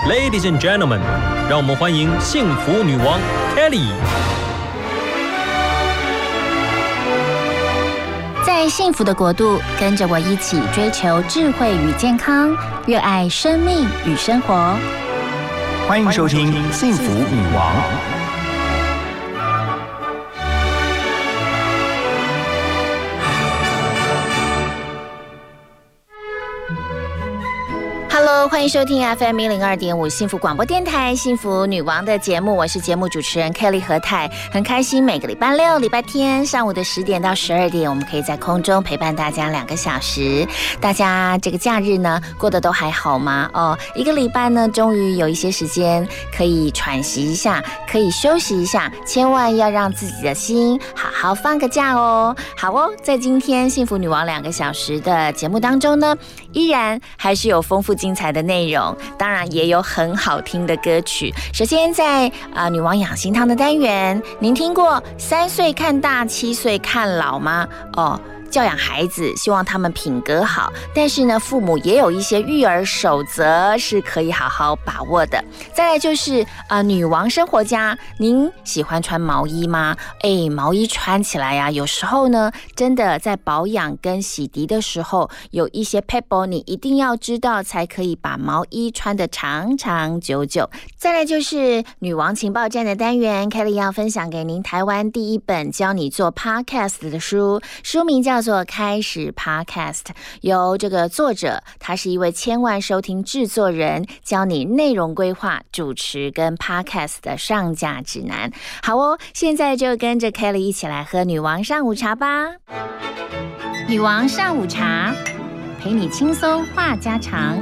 Ladies and gentlemen， 让我们欢迎幸福女王 Kelly。 在幸福的国度，跟着我一起追求智慧与健康，热爱生命与生活。 欢迎收听《幸福女王》。 Hello， 欢迎收听 FM 102.5幸福广播电台幸福女王的节目，我是节目主持人 Kelly 何太，很开心每个礼拜六、礼拜天上午的10点到12点，我们可以在空中陪伴大家2个小时。大家这个假日呢过得都还好吗？一个礼拜呢终于有一些时间可以喘息一下，可以休息一下，千万要让自己的心好好放个假哦。好哦，在今天幸福女王2个小时的节目当中呢，依然还是有丰富精彩的内容，当然也有很好听的歌曲。首先在女王养心汤的单元，您听过3岁看大7岁看老吗？教养孩子，希望他们品格好，但是呢，父母也有一些育儿守则是可以好好把握的。再来就是女王生活家，您喜欢穿毛衣吗？毛衣穿起来呀，有时候呢，真的在保养跟洗涤的时候，有一些 pebble 你一定要知道，才可以把毛衣穿得长长久久。再来就是女王情报站的单元 ，Kelly 要分享给您台湾第一本教你做 podcast 的书，书名叫做开始 Podcast， 由这个作者，他是一位1000万收听制作人，教你内容规划、主持跟 Podcast 的上架指南。好哦，现在就跟着 Kelly 一起来喝女王上午茶吧。女王上午茶，陪你轻松话家常。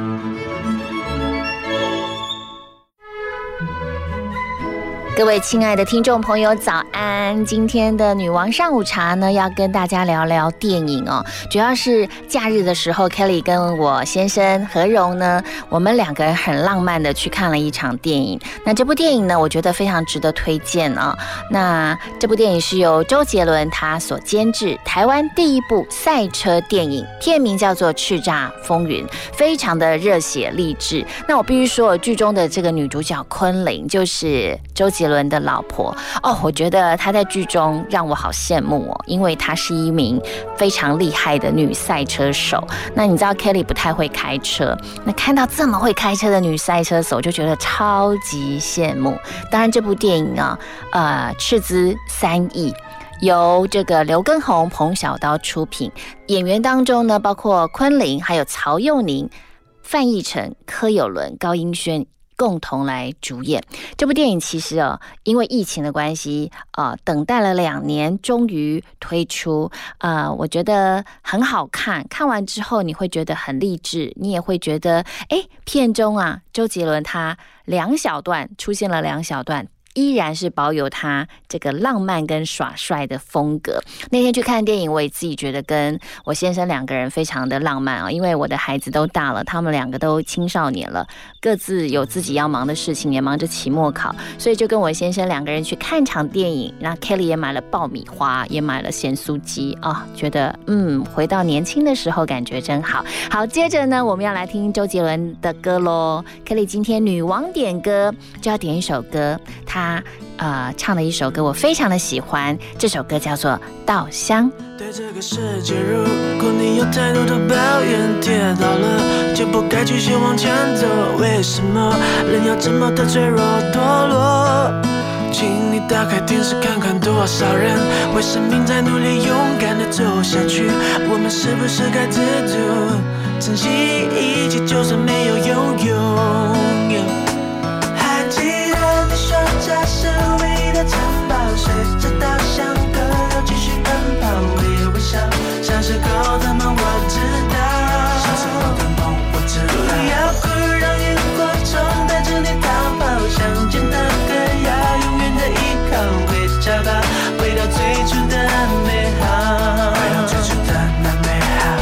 各位亲爱的听众朋友早安，今天的女王上午茶呢，要跟大家聊聊电影哦。主要是假日的时候 Kelly 跟我先生何荣呢，我们2个人很浪漫的去看了一场电影。那这部电影呢，我觉得非常值得推荐啊。那这部电影是由周杰伦他所监制，台湾第一部赛车电影，片名叫做《叱咤风云》，非常的热血励志。那我必须说，剧中的这个女主角昆凌就是周杰伦的老婆我觉得她在剧中让我好羡慕哦，因为她是一名非常厉害的女赛斥手。那你知道 Kelly 不太会开车，那看到这么会开车的女赛车手，就觉得超级羡慕。当然，这部电影斥资3亿。由这个刘畊宏、彭小刀出品，演员当中呢，包括昆凌、还有曹佑宁、范逸臣、柯有伦、高英轩共同来主演。这部电影其实因为疫情的关系等待了2年，终于推出。我觉得很好看，看完之后你会觉得很励志，你也会觉得片中周杰伦他出现了2小段，依然是保有他这个浪漫跟耍帅的风格。那天去看电影，我也自己觉得跟我先生2个人非常的浪漫因为我的孩子都大了，他们2个都青少年了，各自有自己要忙的事情，也忙着期末考，所以就跟我先生2个人去看场电影。那 Kelly 也买了爆米花，也买了咸酥鸡觉得回到年轻的时候感觉真好。好，接着呢，我们要来听周杰伦的歌咯。 Kelly 今天女王点歌，就要点一首歌，他唱的一首歌我非常的喜欢，这首歌叫做《稻香》。 对这个世界，如果你有太多的抱怨，跌倒了就不该继续往前走。为什么人要这么的脆弱堕落？请你打开电视看看，多少人为生命在努力勇敢的走下去。我们是不是该知足，珍惜一切，就算没有拥有。还记得你说这是唯一的城堡，随着稻香河流继续奔跑，我也微笑。小时候的梦我知道，小时候的梦我知道。不要哭，让萤火虫带着你逃跑，乡间的歌谣永远的依靠，回家吧，回到最初的美好，回到最初的那美好。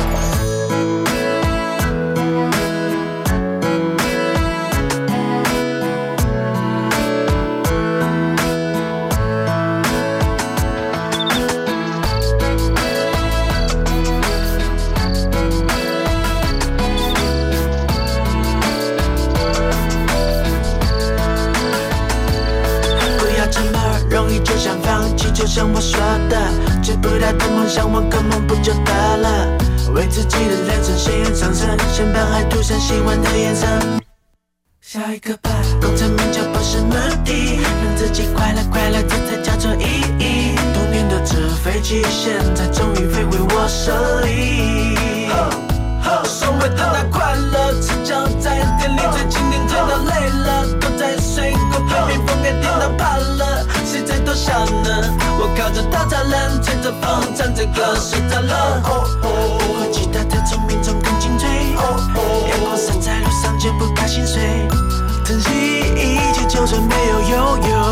向往个梦不就得了？为自己的人生鲜艳上升，先把爱涂上喜欢的颜色。下一个吧，功成名就不是目的，让自己快乐快乐，这才叫做意义。童年的纸飞机，现在终于飞回我手里。所谓的那快乐，赤脚在店里最经典，推到累了，都在水果被蜜蜂给叮到怕了，谁在偷笑呢？我靠着稻草人，吹着风，唱着歌，睡着了。不会其他的聪明中更精粹，阳光洒在路上就不怕心碎，珍惜一切就算没有拥有。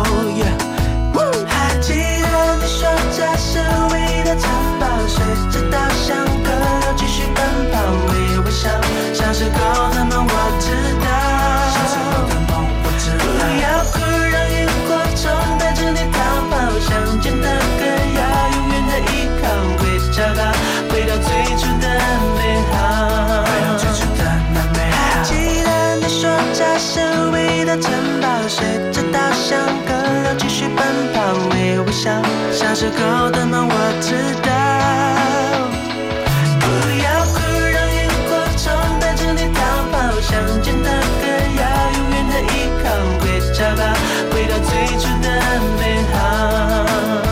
还记得你说这是唯一的城堡，随着稻香河流继续奔跑，微微笑，小时候的梦我知道，小时候的梦我知道。不要哭，让萤火虫带着你逃跑，相见的歌要永远的依靠，会找到回到最初的美好，回到最初的那美好。还记得你说这是唯一的城堡，随着稻香河流继续奔跑，微微笑，小时候的梦我知道。不要哭，让萤火虫带着你逃跑，相见的歌要永远的依靠，会找到回到最初的美好。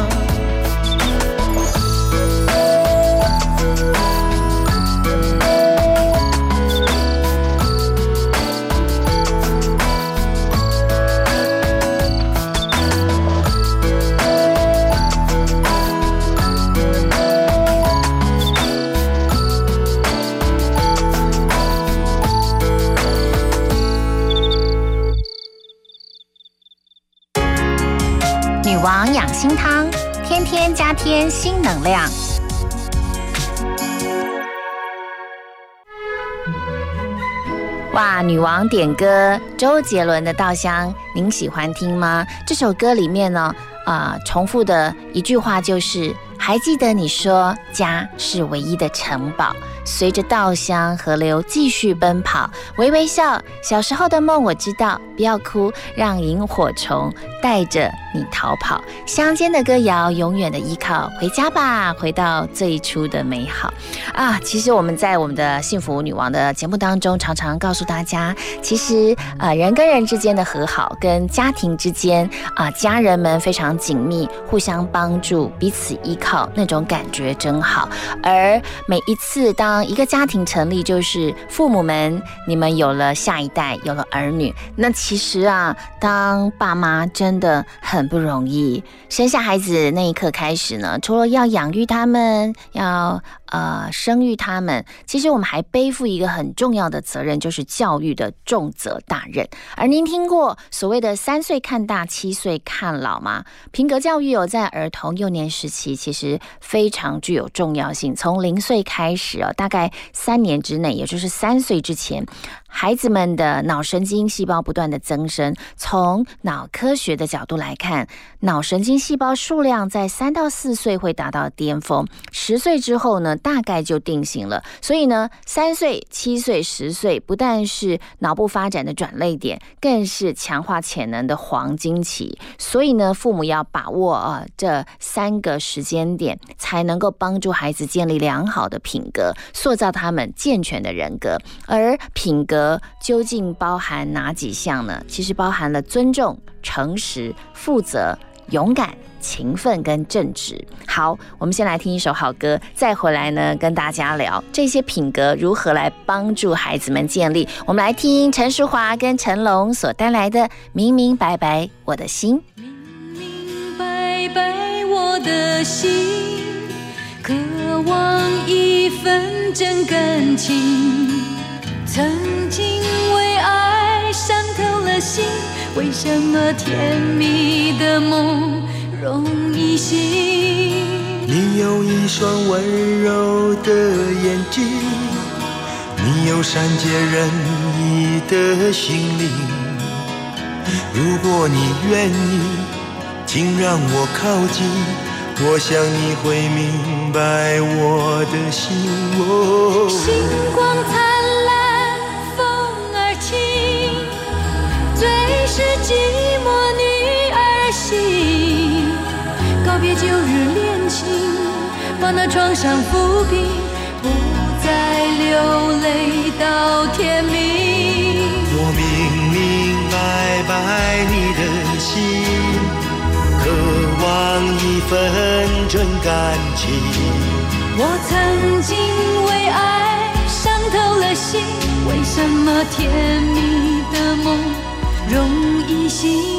女王养心汤，天天加添新能量。哇，女王点歌周杰伦的《稻香》，您喜欢听吗？这首歌里面呢，重复的一句话就是还记得你说家是唯一的城堡，随着稻香河流继续奔跑，微微笑，小时候的梦我知道，不要哭，让萤火虫带着你逃跑，乡间的歌谣永远的依靠，回家吧，回到最初的美好啊！其实我们在我们的幸福女王的节目当中，常常告诉大家，其实人跟人之间的和好，跟家庭之间家人们非常紧密，互相帮助，彼此依靠，那种感觉真好。而每一次当一个家庭成立，就是父母们你们有了下一代，有了儿女，那其实当爸妈真的很不容易。生下孩子那一刻开始呢，除了要养育他们，要生育他们，其实我们还背负一个很重要的责任，就是教育的重责大任。而您听过所谓的3岁看大7岁看老吗？品格教育在儿童幼年时期其实非常具有重要性，从0岁开始大概3年之内，也就是3岁之前，孩子们的脑神经细胞不断的增生。从脑科学的角度来看，脑神经细胞数量在3到4岁会达到巅峰，10岁之后呢，大概就定型了。所以呢，3岁、7岁、10岁不但是脑部发展的转捩点，更是强化潜能的黄金期。所以呢，父母要把握这3个时间点，才能够帮助孩子建立良好的品格，塑造他们健全的人格。而品格究竟包含哪几项呢？其实包含了尊重、诚实、负责、勇敢、勤奋跟正直。好，我们先来听一首好歌，再回来呢跟大家聊这些品格如何来帮助孩子们建立。我们来听陈淑华跟成龙所带来的《明明白白我的心》。 明明白白我的心，渴望一份真感情，曾经为爱伤透了心，为什么甜蜜的梦容易醒？ 你有一双温柔的眼睛，你有善解人意的心灵，如果你愿意，请让我靠近，我想你会明白我的心。 星光灿烂，风儿轻，最是寂寞女儿心。告别旧日恋情， 把那创伤抚平，不再流泪到天明。 我明明白白你的心，渴望一份真感情。 我曾经为爱伤透了心，为什么甜蜜的梦容易醒？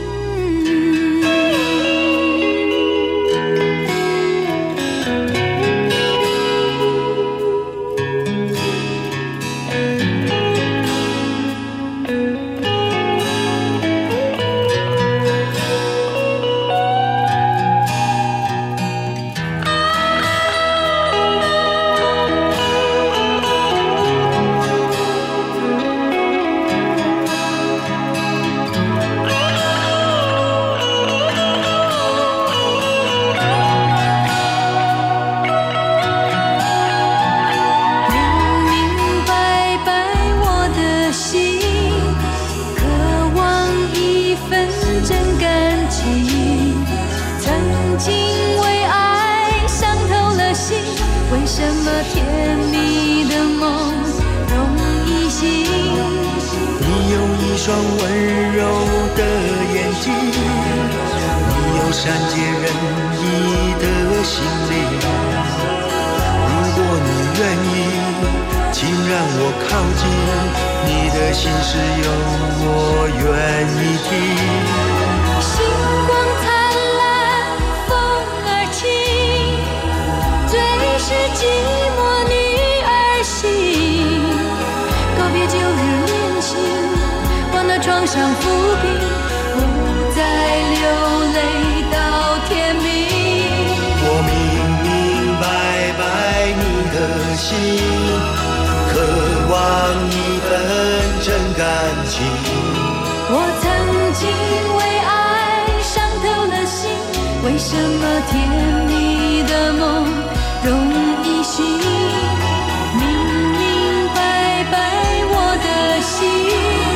双温柔的眼睛，你有善解人意的心灵。如果你愿意，请让我靠近，你的心事有我愿意听。 星光灿烂，风儿轻，最是寂寞女儿心。告别旧日恋情，把那创伤抚平，不再流泪到天明。 我明明白白你的心，渴望一份真感情。 我曾经为爱伤透了心，为什么甜蜜的梦容易醒？明明白白我的心，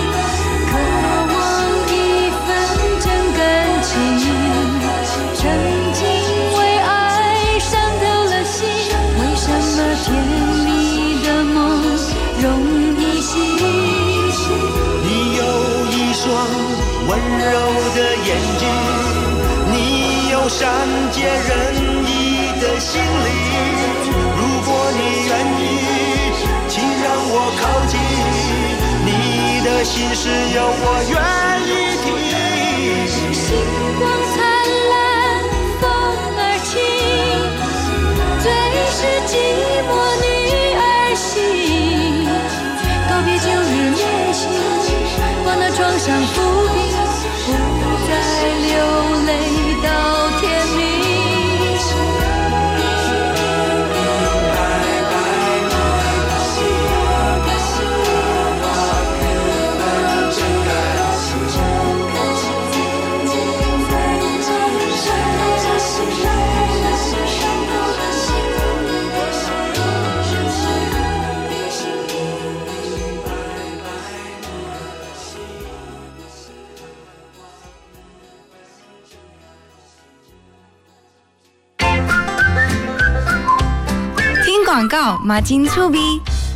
曾经为爱伤透了心，为什么甜蜜的梦容易醒？ 你有一双温柔的眼睛，你有善解人意的心灵。如果你愿意，请让我靠近，你的心事有我愿意听。 星光灿烂，风儿轻，最是寂寞女儿心。告别旧日恋情，把那创伤抚平，不再流泪到天明。 广告马金粗逼，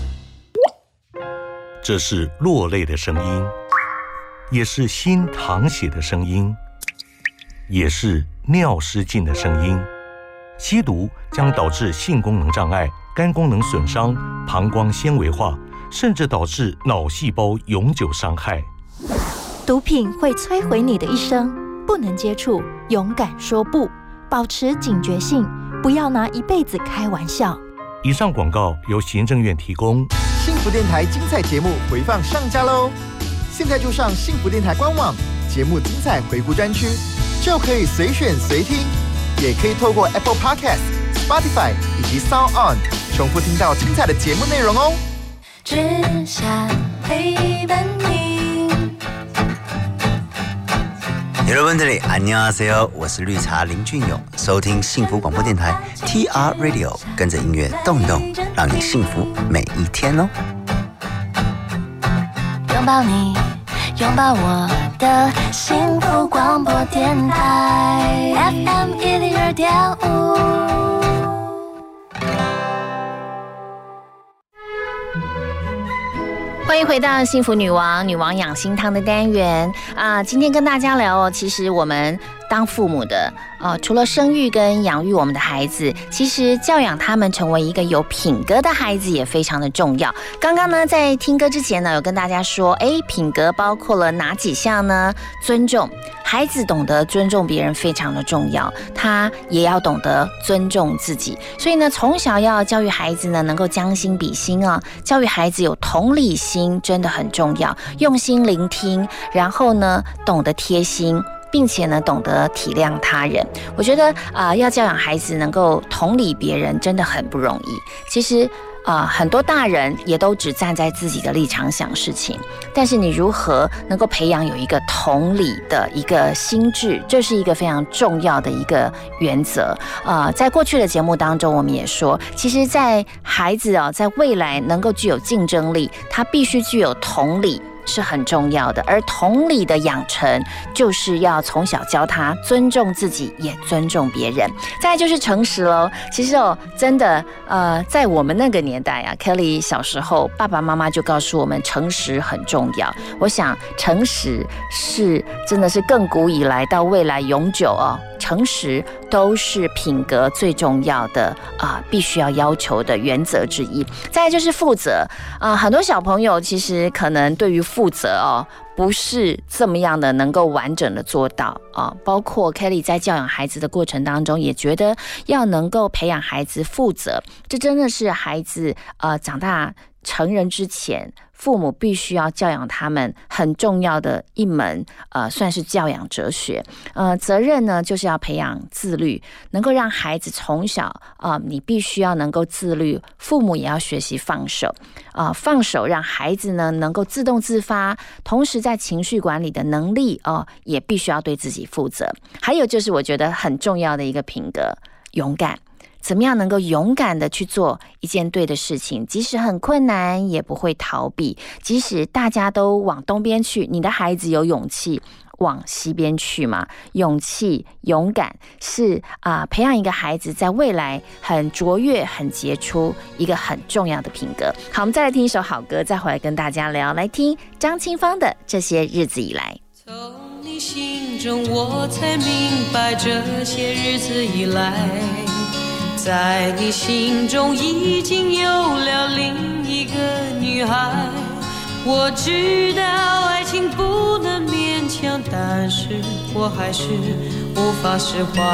这是落泪的声音，也是心淌血的声音，也是尿失禁的声音。吸毒将导致性功能障碍、肝功能损伤、膀胱纤维化，甚至导致脑细胞永久伤害。 毒品会摧毁你的一生，不能接触，勇敢说不，保持警觉性，不要拿一辈子开玩笑。 以上广告由行政院提供。 幸福电台精彩节目回放上架喽！现在就上幸福电台官网节目精彩回顾专区，就可以随选随听，也可以透过 Apple Podcast、Spotify 以及 Sound On 重复听到精彩的节目内容哦。 只想陪伴你。 여러분들이 안녕하세요， 我是绿茶林俊勇，收听幸福广播电台 TR Radio， 跟着音乐动一动，让你幸福每一天哦。 拥抱你，拥抱我的幸福广播电台 FM 102.5。 欢迎回到幸福女王养心汤的单元啊！今天跟大家聊哦，其实我们当父母的除了生育跟养育我们的孩子，其实教养他们成为一个有品格的孩子也非常的重要。刚刚呢，在听歌之前呢，有跟大家说，品格包括了哪几项呢？尊重，孩子懂得尊重别人非常的重要，他也要懂得尊重自己。所以呢，从小要教育孩子呢，能够将心比心啊，教育孩子有同理心真的很重要，用心聆听，然后呢，懂得贴心。并且呢，懂得体谅他人。我觉得要教养孩子能够同理别人，真的很不容易。其实很多大人也都只站在自己的立场想事情，但是你如何能够培养有一个同理的一个心智，这是一个非常重要的一个原则。在过去的节目当中，我们也说，其实在孩子在未来能够具有竞争力，他必须具有同理。是很重要的，而同理的养成，就是要从小教他尊重自己，也尊重别人。再来就是诚实喽。其实真的，在我们那个年代啊 ，Kelly 小时候，爸爸妈妈就告诉我们，诚实很重要。我想，诚实是真的是亘古以来到未来永久诚实都是品格最重要的必须要要求的原则之一。再来就是负责很多小朋友其实可能对于负责不是这么样的能够完整的做到包括 Kelly 在教养孩子的过程当中，也觉得要能够培养孩子负责，这真的是孩子长大成人之前，父母必须要教养他们很重要的一门算是教养哲学。责任呢，就是要培养自律，能够让孩子从小你必须要能够自律，父母也要学习放手放手，让孩子呢能够自动自发，同时在情绪管理的能力也必须要对自己负责。还有就是我觉得很重要的一个品格，勇敢。怎么样能够勇敢的去做一件对的事情，即使很困难也不会逃避，即使大家都往东边去，你的孩子有勇气往西边去吗？勇气勇敢是培养一个孩子在未来很卓越很杰出一个很重要的品格。好，我们再来听一首好歌，再回来跟大家聊。来听张清芳的《这些日子以来》。 从你心中我才明白，这些日子以来，在你心中已经有了另一个女孩。我知道爱情不能勉强，但是我还是无法释怀。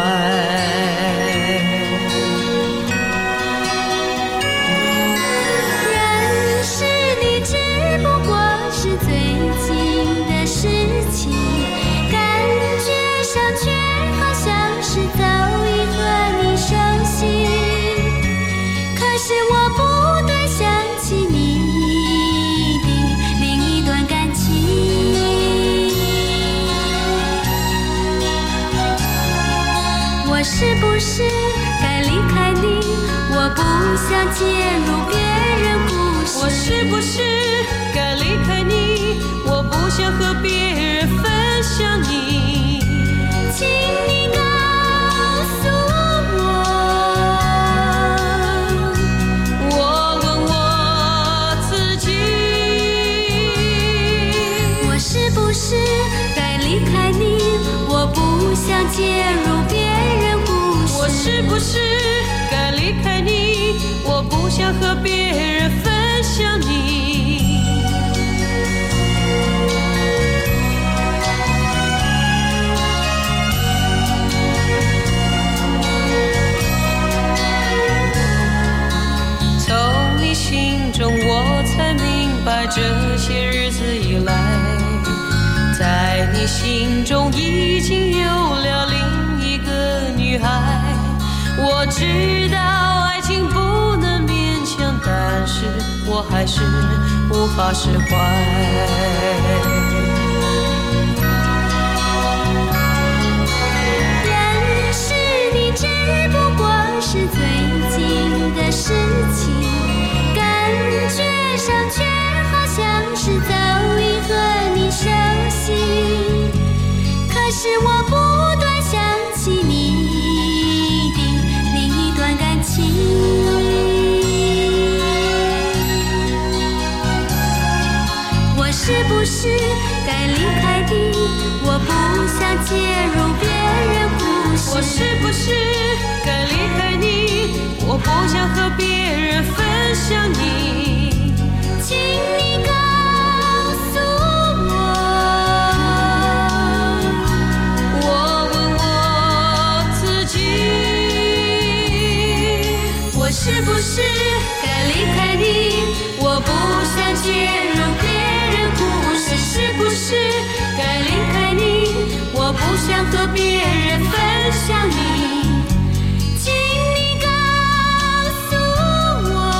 认识你只不过是最近的事情，感觉上却好像是早已和你熟悉，可是我不断想起你的另一段感情。我是不是该离开你？我不想介入别人故事。我是不是该离开你？我不想和别人分享你。请你告诉我，我问我自己，我是不是该离开你？我不想介入别人故事。我是不是该离开你？我不想和别人分享你。心中我才明白，这些日子以来，在你心中已经有了另一个女孩。我知道爱情不能勉强，但是我还是无法释怀。认识你只不过是最近的事情，感觉上却好像是早已和你熟悉，可是我不断想起你的另一段感情。 是该离开你？我不想介入别人故事。我是不是该离开你？我不想和别人分享你，请你告诉我，我问我自己，我是不是该离开你？我不想介入别人故事，是不是该离开你？我不想和别人分享你，请你告诉我。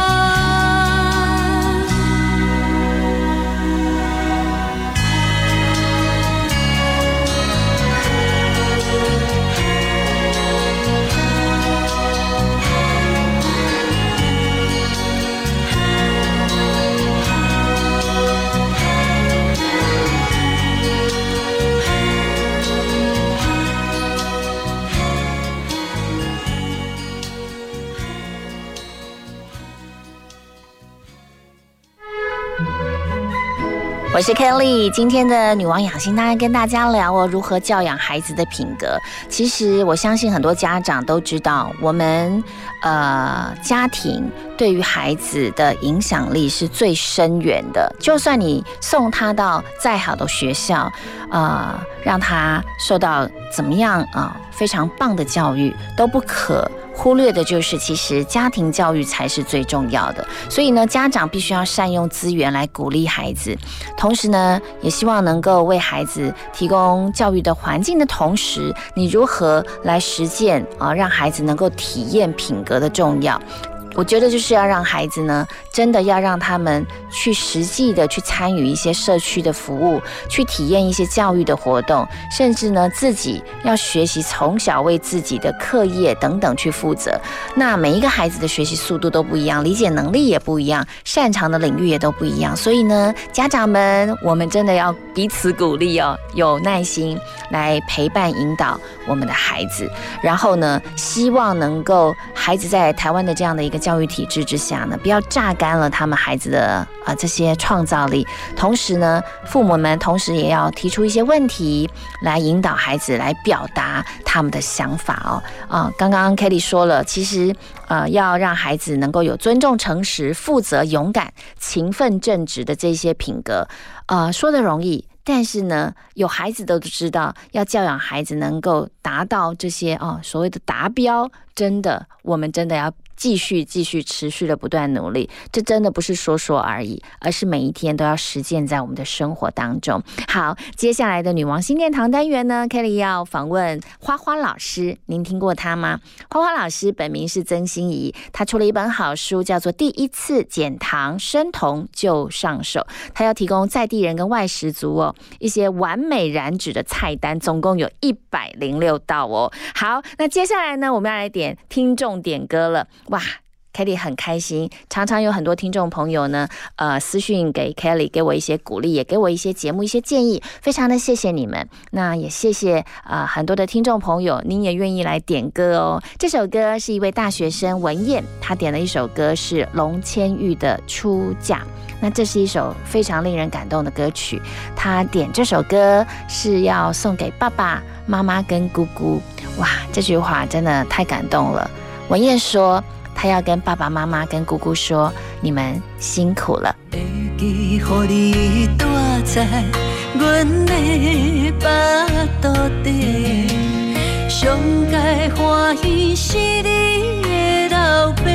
我是 Kelly， 今天的女王养心当然跟大家聊如何教养孩子的品格。其实我相信很多家长都知道，我们家庭对于孩子的影响力是最深远的。就算你送他到再好的学校，让他受到怎么样非常棒的教育，都不可忽略的就是其实家庭教育才是最重要的。所以呢，家长必须要善用资源来鼓励孩子，同时呢也希望能够为孩子提供教育的环境的同时，你如何来实践让孩子能够体验品格的重要。我觉得就是要让孩子呢，真的要让他们去实际的去参与一些社区的服务，去体验一些教育的活动，甚至呢自己要学习从小为自己的课业等等去负责。那每一个孩子的学习速度都不一样，理解能力也不一样，擅长的领域也都不一样。所以呢，家长们，我们真的要彼此鼓励有耐心来陪伴引导我们的孩子。然后呢，希望能够孩子在台湾的这样的一个教育体制之下呢，不要榨干了他们孩子的这些创造力。同时呢，父母们同时也要提出一些问题来引导孩子来表达他们的想法刚刚 Kelly 说了，其实要让孩子能够有尊重、诚实、负责、勇敢、勤奋、正直的这些品格，说得容易。但是呢，有孩子都知道，要教养孩子能够达到这些所谓的达标，真的，我们真的要继续持续的不断努力。这真的不是说说而已，而是每一天都要实践在我们的生活当中。好，接下来的女王心殿堂单元呢 ，Kelly 要访问花花老师，您听过她吗？花花老师本名是曾心怡，她出了一本好书，叫做《第一次减糖生酮就上手》，她要提供在地人跟外食族一些完美燃脂的菜单，总共有106道好，那接下来呢，我们要来点听众点歌了。哇，Kelly 很开心，常常有很多听众朋友呢，私讯给 Kelly， 给我一些鼓励，也给我一些节目一些建议，非常的谢谢你们。那也谢谢很多的听众朋友，您也愿意来点歌这首歌是一位大学生文燕，她点了一首歌是龙千玉的《出嫁》。那这是一首非常令人感动的歌曲，她点这首歌是要送给爸爸妈妈跟姑姑。哇，这句话真的太感动了。文燕说他要跟爸爸妈妈跟姑姑说，你们辛苦了。 会记予你住在阮的巴肚底，上界欢喜是你的老爸，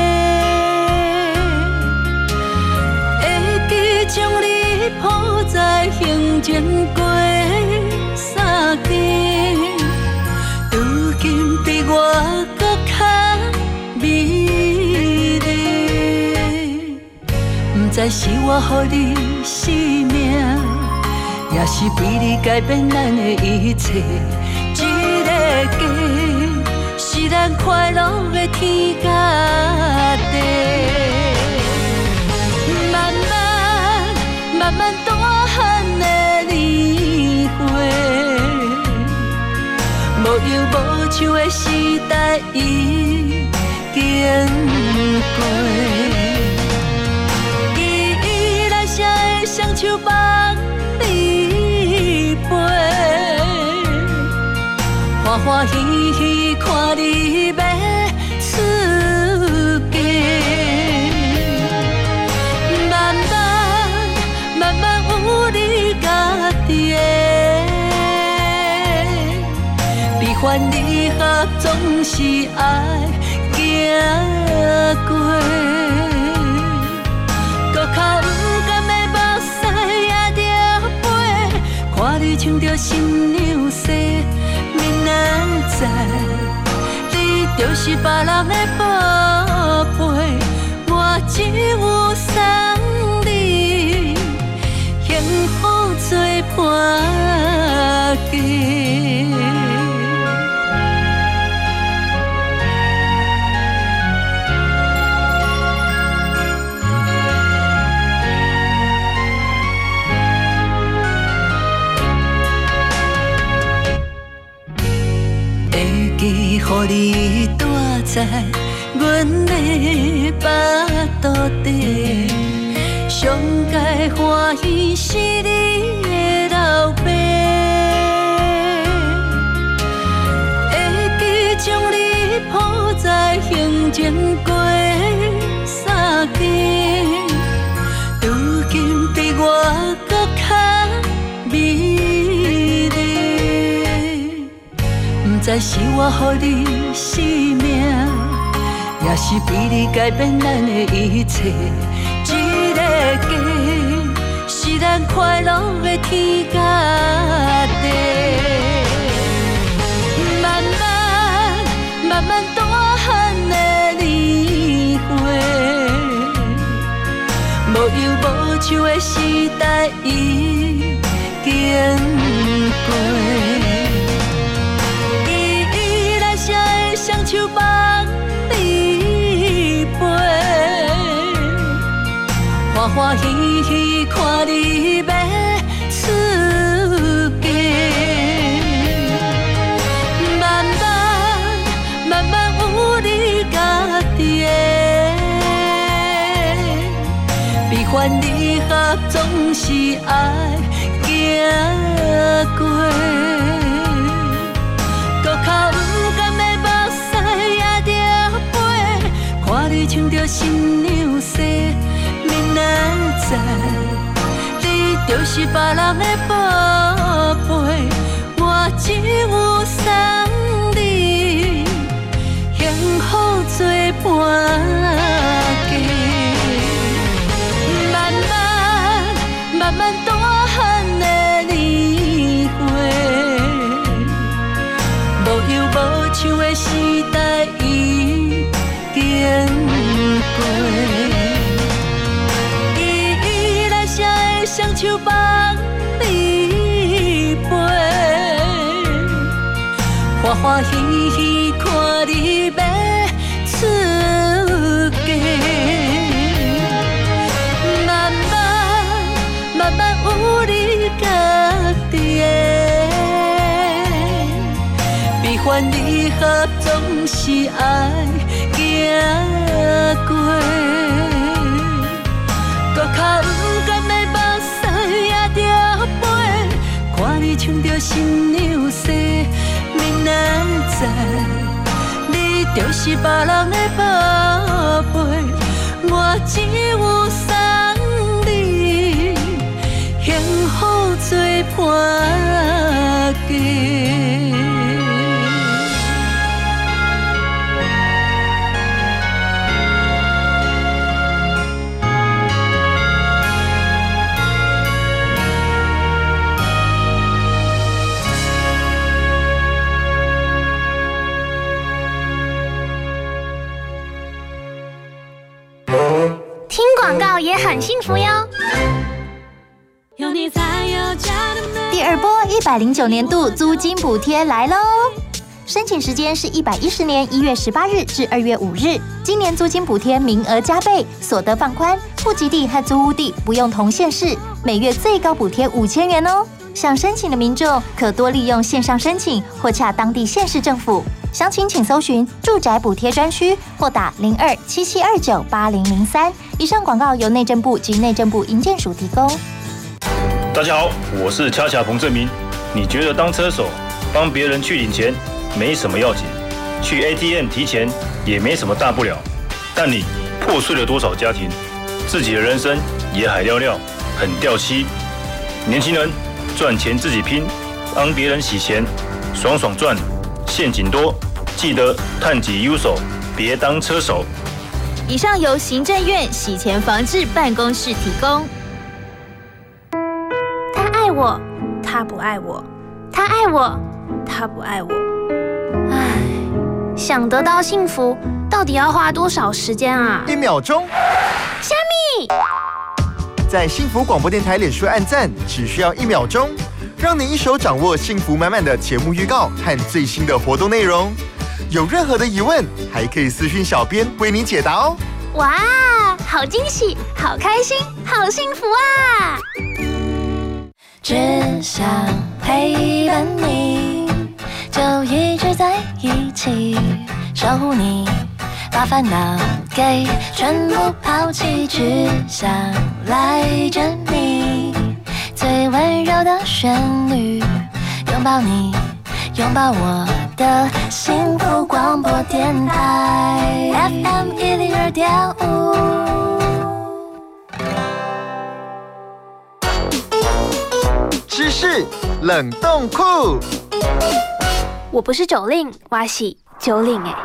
会记将你抱在胸前过三更，如今比我搁较美丽，不知是我予你生命，也是为你改变咱的一切。这个家是咱快乐的天甲地，慢慢大汉的年岁，无忧无愁的时代已经过。相手放欢欢喜喜看你要出嫁，慢慢慢慢有你家己的，悲欢离合总是爱行过，搁较不甘的目屎也着飞，看你穿着新娘西。明仔载，你就是别人的宝贝，我只有送你幸福做伴嫁。予你住在阮的巴肚底，上界欢喜是你的老爸，会记将你抱在胸前过三更，如今比我搁较美丽。不知是我予你生命，也是比你改变咱的一切。一个家是咱快乐的天甲地，慢慢慢慢大汉的年岁，无忧无愁的时代已经过。双手帮你背，欢欢喜喜看你要出嫁，慢慢慢慢有你家己的，悲欢离合总是爱行过，搁较不甘的看你穿着新娘西，明仔载，你就是别人的宝贝，我只有送你幸福做伴嫁。慢慢慢慢大汉的年岁，无忧无愁的时代已经过，依来谁会双手帮你背，欢欢喜喜看你要出嫁，慢慢慢慢有你家己的，悲欢离合总是爱行过，搁较不甘的目屎也着飞，看你穿着新娘西，明仔载，你就是别人的宝贝，我只有送你幸福做伴嫁。 广告也很幸福哟。 第二波109年度租金补贴来喽！申请时间是110年1月18日至2月5日。今年租金补贴名额加倍，所得放宽，户籍地和租屋地不用同县市，每月最高补贴5000元哦。想申请的民众可多利用线上申请或洽当地县市政府。详情请搜寻住宅补贴专区或打0277298003。以上广告由内政部及内政部营建署提供。 大家好，我是恰恰彭正明。你觉得当车手帮别人去领钱， 没什么要紧，去 ATM 提钱也没什么大不了。但你破碎了多少家庭，自己的人生也海尿尿，很掉漆。年轻人赚钱自己拼，帮别人洗钱，爽爽赚，陷阱多，记得探己优手，别当车手。 以上由行政院洗钱防治办公室提供。 他爱我，他不爱我，他爱我，他不爱我。唉，想得到幸福，到底要花多少时间啊 ？1秒钟。 虾米， 在幸福广播电台脸书按赞，只需要1秒钟，让你一手掌握幸福满满的节目预告和最新的活动内容。有任何的疑问，还可以私讯小编为你解答哦。 哇，好惊喜，好开心，好幸福啊！ 只想陪伴你，就一直在一起，守护你，把烦恼给全部抛弃，只想赖着你，最温柔的旋律，拥抱你，拥抱我的幸福广播电台 FM 102.5。 知识冷冻库。 我不是九令，我是九令哎。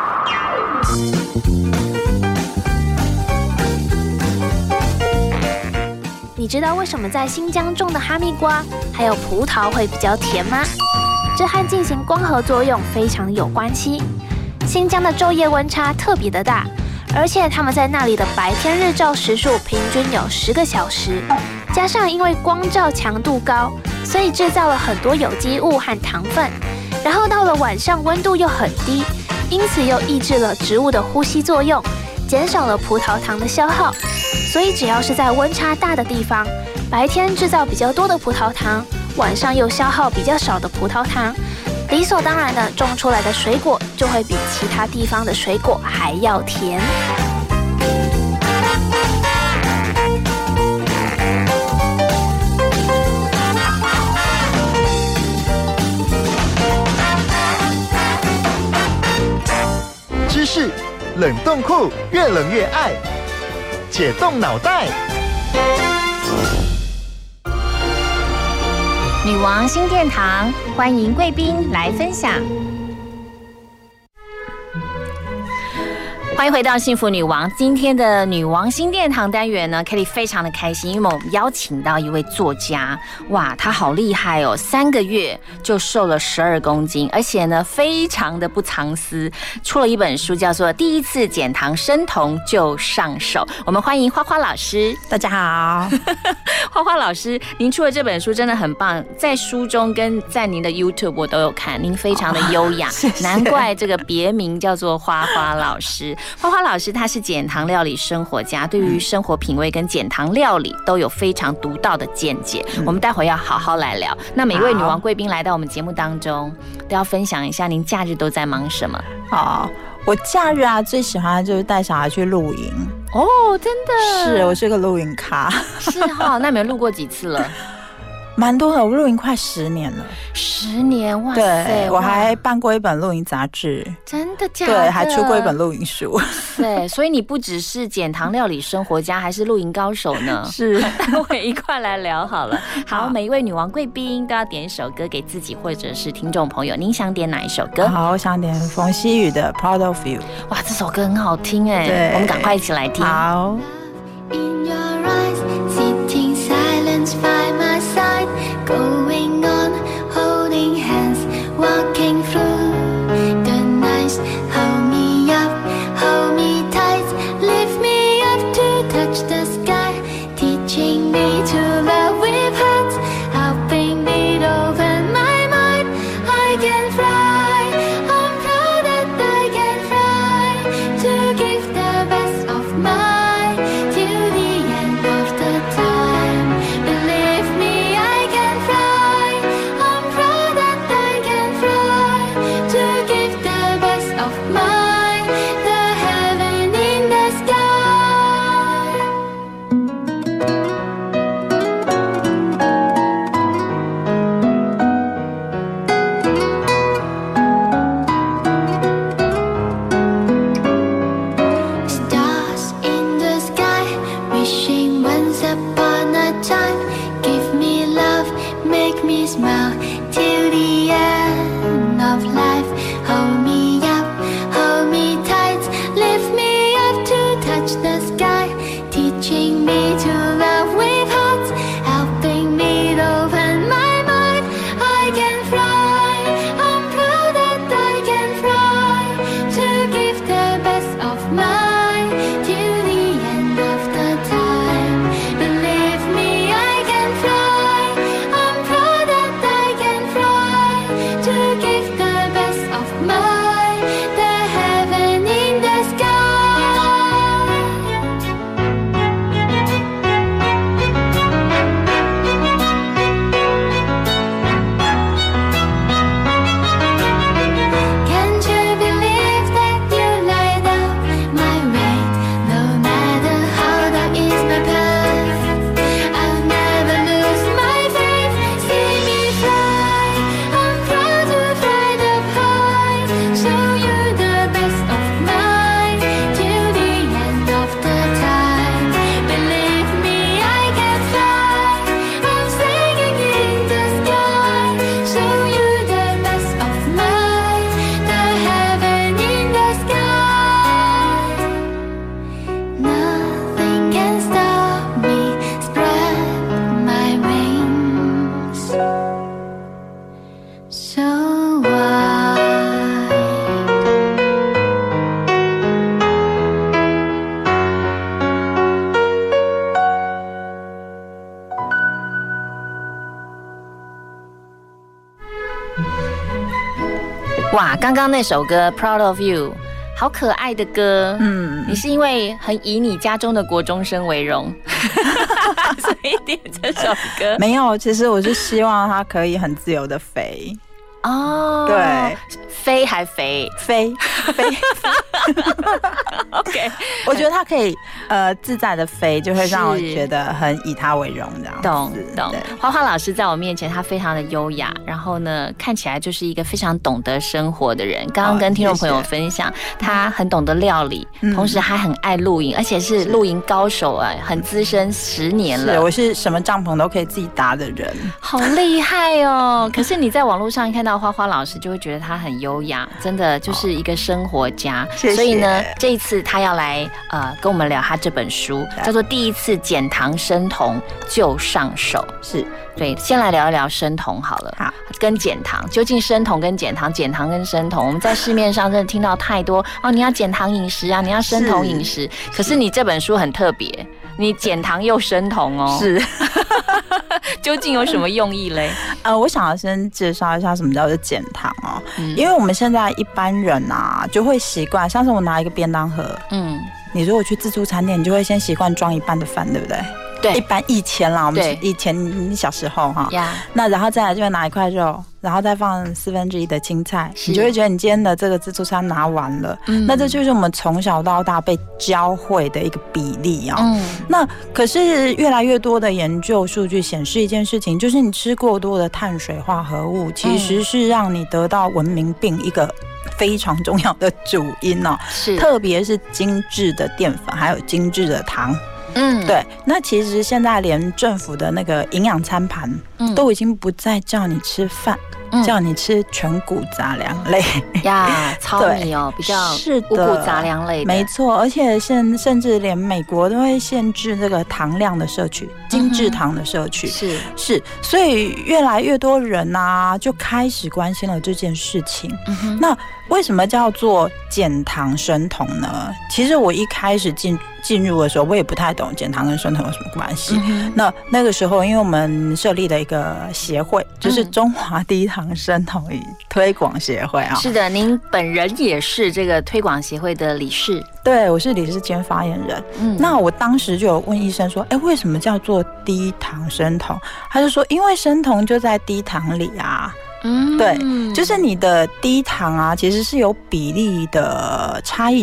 你知道为什么在新疆种的哈密瓜还有葡萄会比较甜吗？这和进行光合作用非常有关系。新疆的昼夜温差特别的大，而且他们在那里的白天日照时数平均有10个小时，加上因为光照强度高，所以制造了很多有机物和糖分。然后到了晚上温度又很低，因此又抑制了植物的呼吸作用，减少了葡萄糖的消耗。所以只要是在温差大的地方，白天制造比较多的葡萄糖，晚上又消耗比较少的葡萄糖，理所当然的种出来的水果就会比其他地方的水果还要甜。 知识冷冻库，越冷越爱，解冻脑袋。 女王新殿堂，欢迎贵宾来分享。欢迎回到幸福女王。今天的女王新殿堂单元呢 ，Kelly 非常的开心，因为我们邀请到一位作家，哇，她好厉害哦，3个月就瘦了12公斤，而且呢，非常的不藏私，出了一本书，叫做《第一次减糖生酮就上手》。我们欢迎花花老师。 大家好， 花花老师，您出的这本书真的很棒，在书中跟在您的 YouTube 我都有看，您非常的优雅，谢谢，难怪这个别名叫做花花老师。花花老师他是减糖料理生活家，对于生活品味跟减糖料理都有非常独到的见解。我们待会要好好来聊。那每一位女王贵宾来到我们节目当中，都要分享一下您假日都在忙什么。 好，我假日啊最喜欢的就是带小孩去露营。 哦，真的？ 是，我是个露营咖。 是哈，那你们露过几次了？ 蛮多的，我露营快10年了。 10年，哇塞！ 对，我还办过一本露营杂志。 真的假的？ 对，还出过一本露营书。 对，所以你不只是减糖料理生活家，还是露营高手呢。 是， 待会一块来聊好了。好，每一位女王贵宾都要点一首歌给自己或者是听众朋友，您想点哪一首歌？ 好，我想点冯曦妤的《Proud of You》。 哇，这首歌很好听哎， 对， 我们赶快一起来听。 好。 In your eyes, sitting silence by my side, going on, holding hands, walking through the nights. Hold me up, hold me tight, lift me up to touch the sky, teaching me to love with hands, helping me to open my mind. I can fly, I'm proud that I can fly, to give the best of my upon a time, give me love, make me smile till the end of life. Hold me up, hold me tight, lift me up to touch the sky, teaching me to love with hearts, helping me to open my mind. I can fly, I'm proud that I can fly, to give the best of mine till the end of the time. Believe me, I can fly, I'm proud that I can fly, to give the best of mine, the heaven in the sky. Can't you believe that you light up my way? No matter how dark is my path, I'll never lose my faith. See me fly, I'm proud to fly up high, show you the best of mine till the end of the time. Believe me, I can fly, I'm singing in the sky, show you the best of mine, the heaven in the sky. Nothing can stop me, spread my wings so wide. 哇，刚刚那首歌《Proud of You》好可爱的歌，你是因为很以你家中的国中生为荣，所以点这首歌？ 没有，其实我是希望它可以很自由的飞。 哦， 对， 飞还肥， 飞。 OK， 我觉得它可以自在的飞，就会让我觉得很以它为荣这样子。 懂。花花老师在我面前，他非常的优雅，然后呢，看起来就是一个非常懂得生活的人。刚刚跟听众朋友分享，他很懂得料理，同时还很爱露营，而且是露营高手啊，很资深10年了。 我是什么帐篷都可以自己搭的人， 好厉害哦！可是你在网络上看到花花老师，就会觉得他很优雅，真的就是一个生活家。 谢谢。 所以呢，这一次他要来跟我们聊他这本书，叫做《第一次减糖生酮就上手》。 是对，先来聊一聊生酮好了。好，跟减糖，究竟生酮跟减糖，减糖跟生酮，我们在市面上真的听到太多哦，你要减糖饮食啊，你要生酮饮食。可是你这本书很特别，你减糖又生酮哦。 是。 究竟有什么用意嘞？ 我想要先介绍一下什么叫做减糖哦，因为我们现在一般人啊就会习惯，像是我拿一个便当盒，你如果去自助餐店，你就会先习惯装一半的饭，对不对？ 对， 一般以前啦，我们以前小时候哈，那然后再来就会拿一块肉，然后再放1/4的青菜，你就会觉得你今天的这个自助餐拿完了。那这就是我们从小到大被教会的一个比例啊。那可是越来越多的研究数据显示一件事情，就是你吃过多的碳水化合物，其实是让你得到文明病一个非常重要的主因哦。是，特别是精致的淀粉，还有精致的糖。对，那其实现在连政府的那个营养餐盘都已经不再叫你吃饭，叫你吃全谷杂粮类呀，糙米哦，比较是的五谷杂粮类的， 没错。而且甚至连美国都会限制这个糖量的摄取，精制糖的摄取，是，所以越来越多人啊就开始关心了这件事情。那为什么叫做减糖生酮呢？其实我一开始进入的时候，我也不太懂减糖跟生酮有什么关系。那个时候，因为我们设立了一个协会，就是中华低糖生酮与推广协会啊。 是的，您本人也是这个推广协会的理事。 对，我是理事兼发言人。那我当时就有问医生说，为什么叫做低糖生酮？他就说，因为生酮就在低糖里啊。对，就是你的低糖啊，其实是有比例的差异的。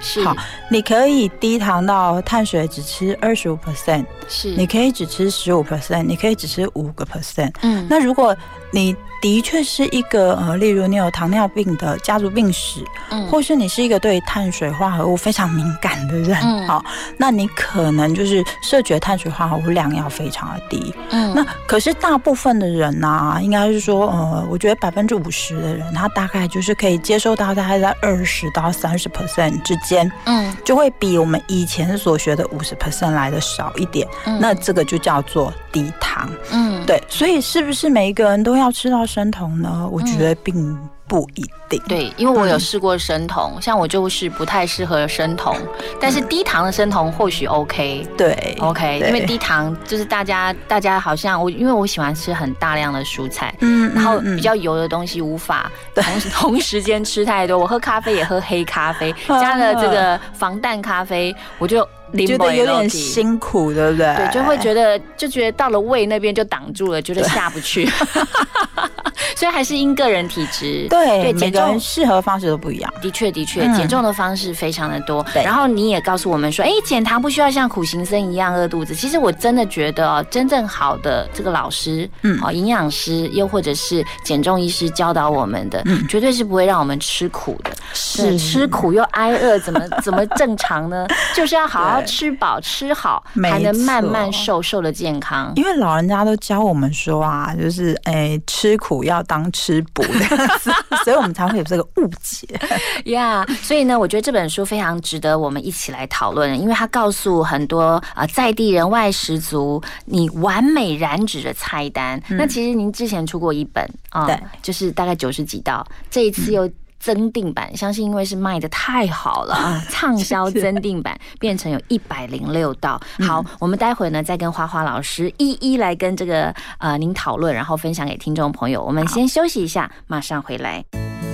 是，好，你可以低糖到碳水只吃25%， 是， 你可以只吃15%，你可以只吃5%。 那如果你的确是一个例如你有糖尿病的家族病史，或是你是一个对碳水化合物非常敏感的人，好，那你可能就是摄取的碳水化合物量要非常的低。那可是大部分的人啊，应该是说，我觉得50%的人，他大概就是可以接受到大概在20到30% 之间，就会比我们以前所学的50% 来的少一点。那这个就叫做低糖。对，所以是不是每一个人都要吃到生酮呢？我觉得并不一定。 对，因为我有试过生酮，像我就是不太适合生酮，但是低糖的生酮或许 OK。 对 ，OK， 因为低糖就是大家好像因为我喜欢吃很大量的蔬菜，然后比较油的东西无法同时间吃太多。我喝咖啡也喝黑咖啡，加了这个防弹咖啡，我就觉得有点辛苦，对不对？ 对，就会觉得到了胃那边就挡住了，觉得下不去。所以还是因个人体质， 对，每个人适合方式都不一样。 的确，减重的方式非常的多。然后你也告诉我们说，减糖不需要像苦行僧一样饿肚子。其实我真的觉得真正好的这个老师，营养师，又或者是减重医师教导我们的，绝对是不会让我们吃苦的。是吃苦又挨饿，怎么正常呢？就是要好好吃饱吃好，才能慢慢瘦的健康。 因为老人家都教我们说啊，就是吃苦要当吃补的，所以我们才会有这个误解呀。所以呢，我觉得这本书非常值得我们一起来讨论，因为它告诉很多在地人外食族你完美燃脂的菜单。那其实您之前出过一本对， 就是大概90几道，这一次又增订版，相信因为是卖的太好了啊，畅销增订版变成有106道。好，我们待会呢再跟花花老师一一来跟这个您讨论，然后分享给听众朋友。我们先休息一下，马上回来。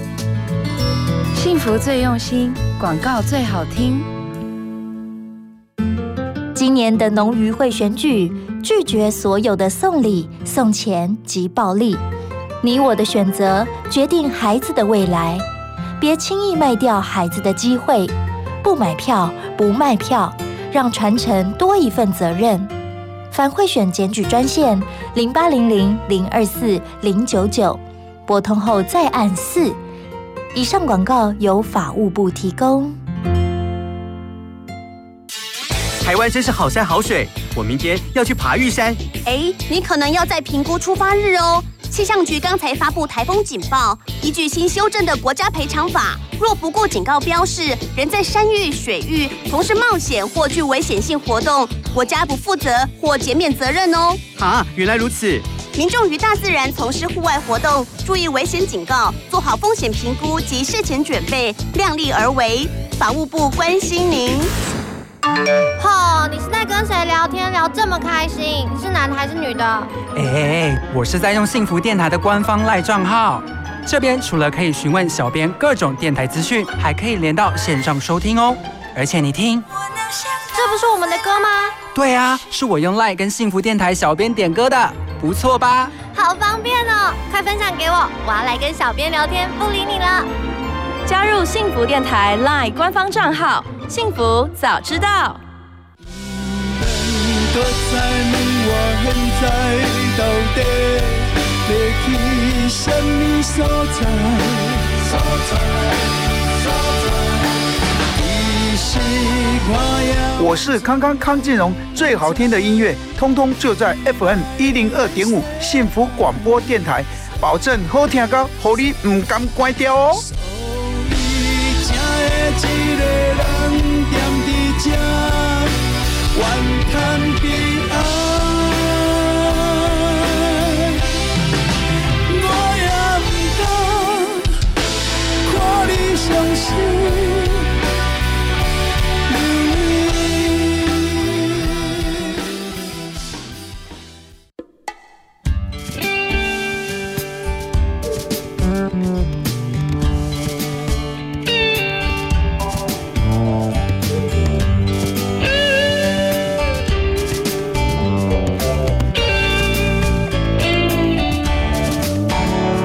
幸福最用心，广告最好听。 今年的农渔会选举，拒绝所有的送礼、送钱及暴力。你我的选择决定孩子的未来，别轻易卖掉孩子的机会，不买票不卖票，让传承多一份责任。反贿选检举专线0800-024-099，拨通后再按4。以上广告由法务部提供。 台湾真是好山好水，我明天要去爬玉山。 你可能要再评估出发日哦。气象局刚才发布台风警报，依据新修正的国家赔偿法，若不顾警告标示，人在山域、水域从事冒险或具危险性活动，国家不负责或减免责任哦。 原来如此。 民众于大自然从事户外活动，注意危险警告，做好风险评估及事前准备，量力而为。法务部关心您。 你是在跟谁聊天聊这么开心？你是男的还是女的？ 我是在用幸福电台的官方赖账号。这边除了可以询问小编各种电台资讯，还可以连到线上收听哦。而且你听， 这不是我们的歌吗？ 对啊，是我用赖跟幸福电台小编点歌的，不错吧？ 好方便哦，快分享给我，我要来跟小编聊天，不理你了。 加入幸福电台 LINE 官方账号，幸福早知道。 我是康健荣，最好听的音乐，通通就在 FM 102.5幸福广播电台，保证好听到，让你唔敢关掉哦。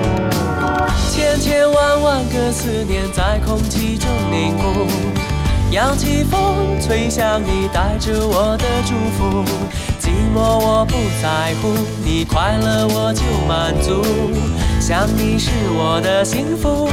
思念在空气中凝固， 扬起风，吹向你，带着我的祝福。寂寞我不在乎，你快乐我就满足。想你是我的幸福。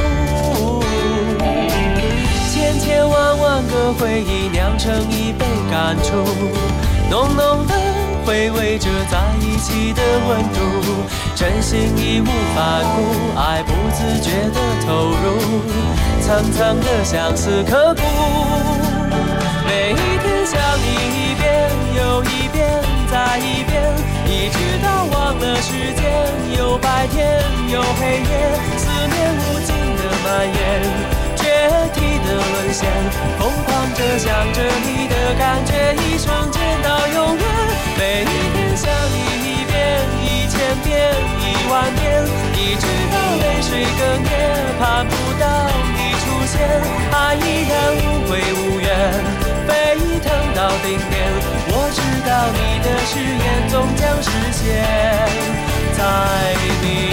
千千万万个回忆酿成一杯感触，浓浓的回味着在一起的温度，真心义无反顾，爱不自觉的投入，层层的相思刻骨。每一天想你一遍又一遍再一遍，一直到忘了时间，有白天有黑夜，思念无尽的蔓延，决堤的沦陷，疯狂着想着你的感觉，一瞬间到永远。每一天想你一遍1000遍10000遍，一直到泪水哽咽，盼不到你出现，爱依然无悔无怨，沸腾到顶点。我知道你的誓言终将实现，在明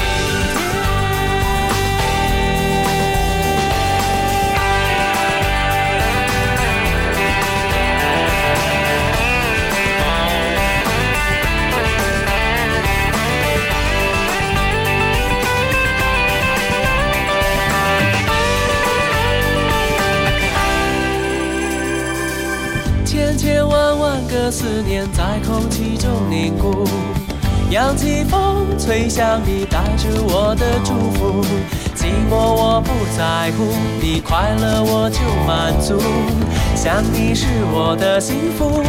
千千万万个思念在空气中凝固，扬起风，吹向你，带着我的祝福。寂寞我不在乎，你快乐我就满足。想你是我的幸福。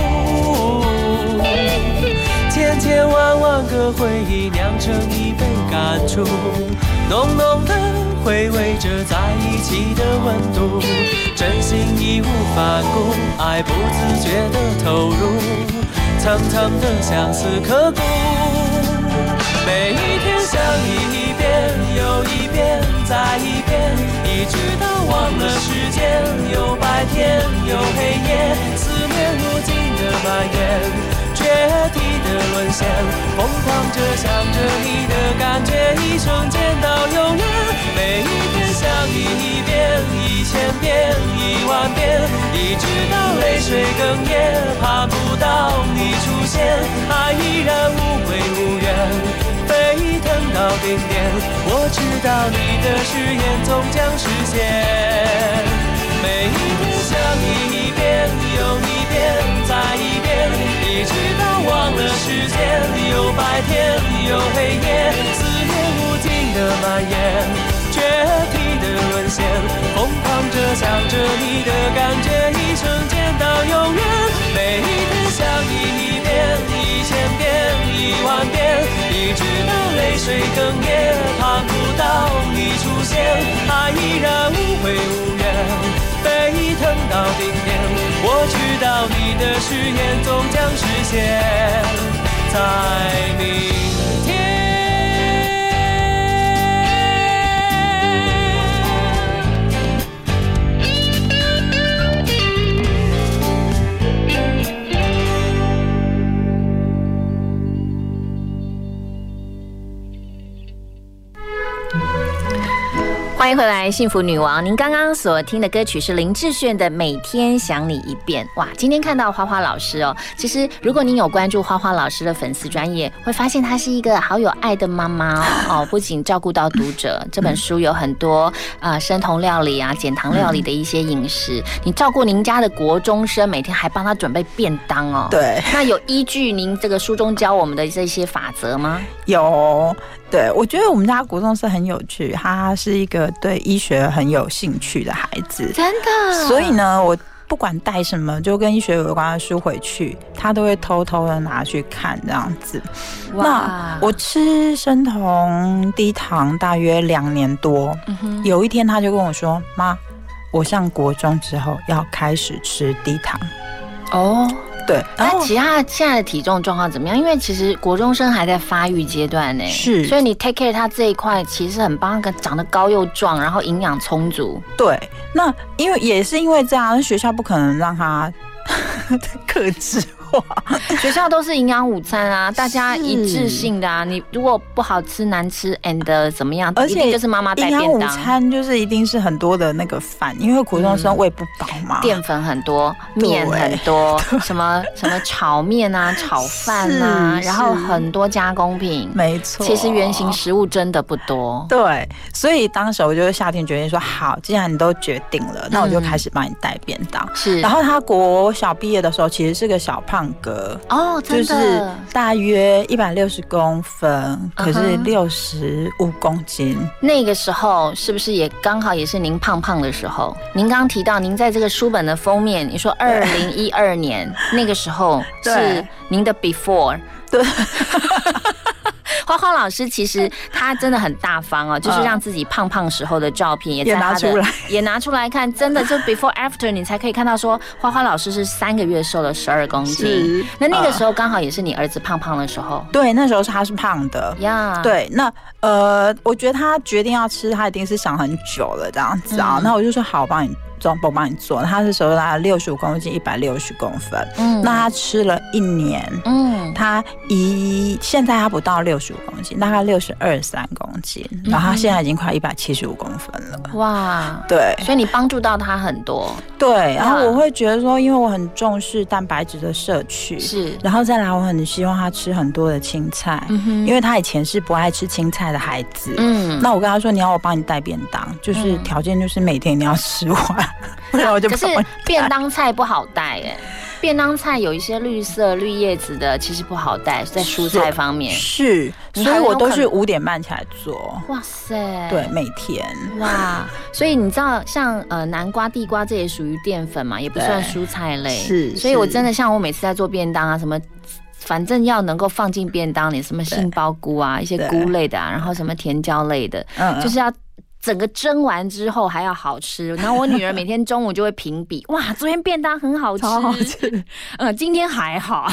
千千万万个回忆酿成一杯感触，浓浓的回味着在一起的温度，真心义无反顾，爱不自觉的投入，层层的相思刻骨。每一天想你一遍又一遍再一遍，一直到忘了时间，有白天有黑夜，思念无尽的蔓延，决堤的沦陷，疯狂着想着你的感觉，一瞬间到永远。每一天想你一遍1000遍10000遍，一直到泪水哽咽，盼不到你出现，爱依然无悔无怨，沸腾到顶点。我知道你的誓言终将实现，每一天想你一遍又一遍再一遍，一直到忘了时间，有白天有黑夜，思念无尽的蔓延，决堤的沦陷，疯狂着想着你的感觉，一瞬间到永远。每一天想你一遍1000遍10000遍，一直到泪水哽咽，盼不到你出现，爱依然无悔无怨，沸腾到顶点。我知道你的誓言终将实现，在明天。 欢迎回来，幸福女王。您刚刚所听的歌曲是林志炫的《每天想你一遍》。哇，今天看到花花老师哦，其实如果您有关注花花老师的粉丝专页，会发现她是一个好有爱的妈妈哦。不仅照顾到读者，这本书有很多生酮料理啊、减糖料理的一些饮食。你照顾您家的国中生，每天还帮他准备便当哦。 对， 那有依据您这个书中教我们的这些法则吗？ 有。对，我觉得我们家国中生很有趣，他是一个对医学很有兴趣的孩子， 真的。 所以呢，我不管带什么就跟医学有关的书回去，他都会偷偷的拿去看这样子。那我吃生酮低糖大约2年多，有一天他就跟我说：“妈，我上国中之后要开始吃低糖。”哦。对， 那其他现在的体重状况怎么样？因为其实国中生还在发育阶段呢， 是， 所以你 take care 他这一块其实很棒，长得高又壮，然后营养充足。 对，那因为也是因为这样，学校不可能让他克制话。 学校都是营养午餐啊，大家一致性的啊。你如果不好吃、难吃 and 怎么样， 而且一定就是妈妈带便当。 营养午餐就是一定是很多的那个饭，因为国中生喂不饱嘛， 淀粉很多，面很多，什么炒面啊、炒饭啊，然后很多加工品， 没错。 其实原型食物真的不多。 对，所以当时我就夏天决定说，好，既然你都决定了，那我就开始帮你带便当。 是， 然后他国小毕业的时候，其实是个小胖哥哦，真的， 就是大约160公分，可是65公斤。 那个时候是不是也刚好也是您胖胖的时候？您刚刚提到您在这个书本的封面，你说2012年那个时候是您的 before， 对。花花老师其实他真的很大方哦，就是让自己胖胖时候的照片也在他的也拿出来看，真的就 before after 你才可以看到说花花老师是3个月瘦了12公斤。那个时候刚好也是你儿子胖胖的时候。 对，那时候他是胖的呀。对，那我觉得他决定要吃，他一定是想很久了这样子啊。那我就说好，我帮你做。他那时候他65公斤，160公分。那他吃了1年。他现在他不到65公斤，大概62、3公斤，然后他现在已经快175公分了。哇，对， 所以你帮助到他很多。 对，然后我会觉得说，因为我很重视蛋白质的摄取，是，然后再来我很希望他吃很多的青菜，因为他以前是不爱吃青菜的孩子。那我跟他说，你要我帮你带便当，就是条件就是每天你要吃完，不然我就不帮你带。 可是便当菜不好带耶。便当菜有一些绿色绿叶子的，其实不好带，在蔬菜方面是，所以我都是5点半起来做。 哇塞， 对，每天哇，所以你知道像南瓜、地瓜这也属于淀粉嘛，也不算蔬菜类，是，所以我真的像我每次在做便当啊，什么。反正要能够放进便当里，什么杏鲍菇啊，一些菇类的啊，然后什么甜椒类的，就是要整个蒸完之后还要好吃。然后我女儿每天中午就会评比，哇，昨天便当很好吃，超好吃，今天还好，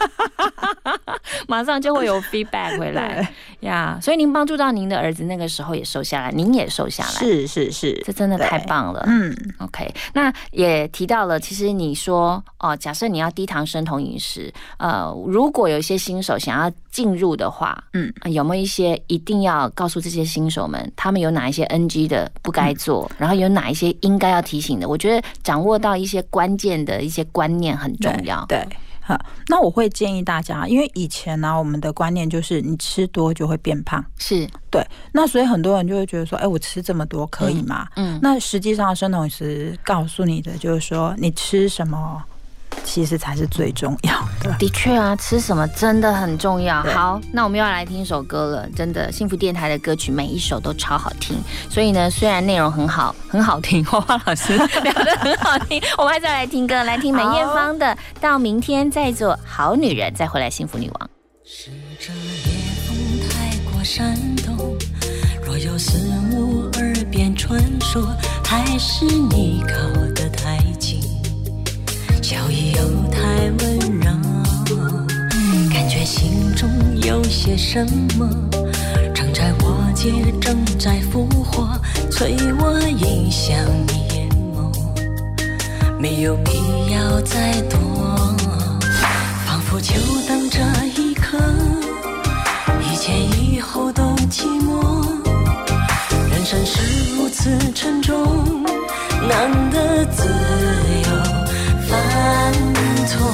马上就会有 feedback 回来呀。所以您帮助到您的儿子那个时候也瘦下来，您也瘦下来， 是， 这真的太棒了。OK， 那也提到了，其实你说假设你要低糖生酮饮食，如果有一些新手想要进入的话，有没有一些一定要告诉这些新手们，他们有哪一些 NG 的不该做，然后有哪一些应该要提醒的？我觉得掌握到一些关键的一些观念很重要。 对。那我会建议大家，因为以前呢，我们的观念就是你吃多就会变胖， 是对。那所以很多人就会觉得说，我吃这么多可以吗？那实际上生酮饮食告诉你的就是说，你吃什么其实才是最重要的。 的确啊，吃什么真的很重要。好，那我们要来听一首歌了，真的，幸福电台的歌曲每一首都超好听。所以呢，虽然内容很好听，花花老师聊得很好听，我们还是要来听歌，来听梅艳芳的《到明天再做好女人》，再回来幸福女王。 是这夜风太过煽动，若有似无耳边传说，还是你靠得太近，笑意又太温柔，感觉心中有些什么正在瓦解，正在复活，催我迎向你眼眸，没有必要再多，仿佛就等这一刻，一前一后都寂寞，人生是如此沉重，难得自由犯错，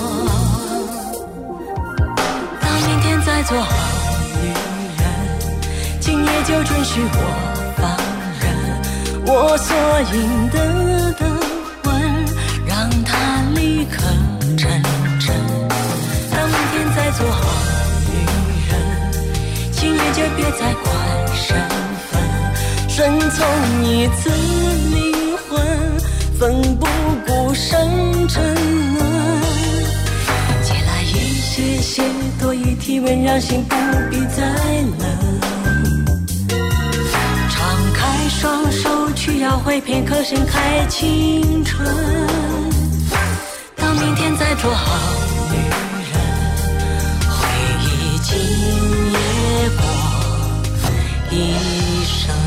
到明天再做好女人，今夜就准许我放任，我所应得的吻，让它立刻成真。到明天再做好女人，今夜就别再管身份，顺从一次灵魂，奋不顾身沉沦，借来一些些多余体温，让心不必再冷。敞开双手去要回片刻，盛开青春。到明天再做好女人，回忆今夜过一生。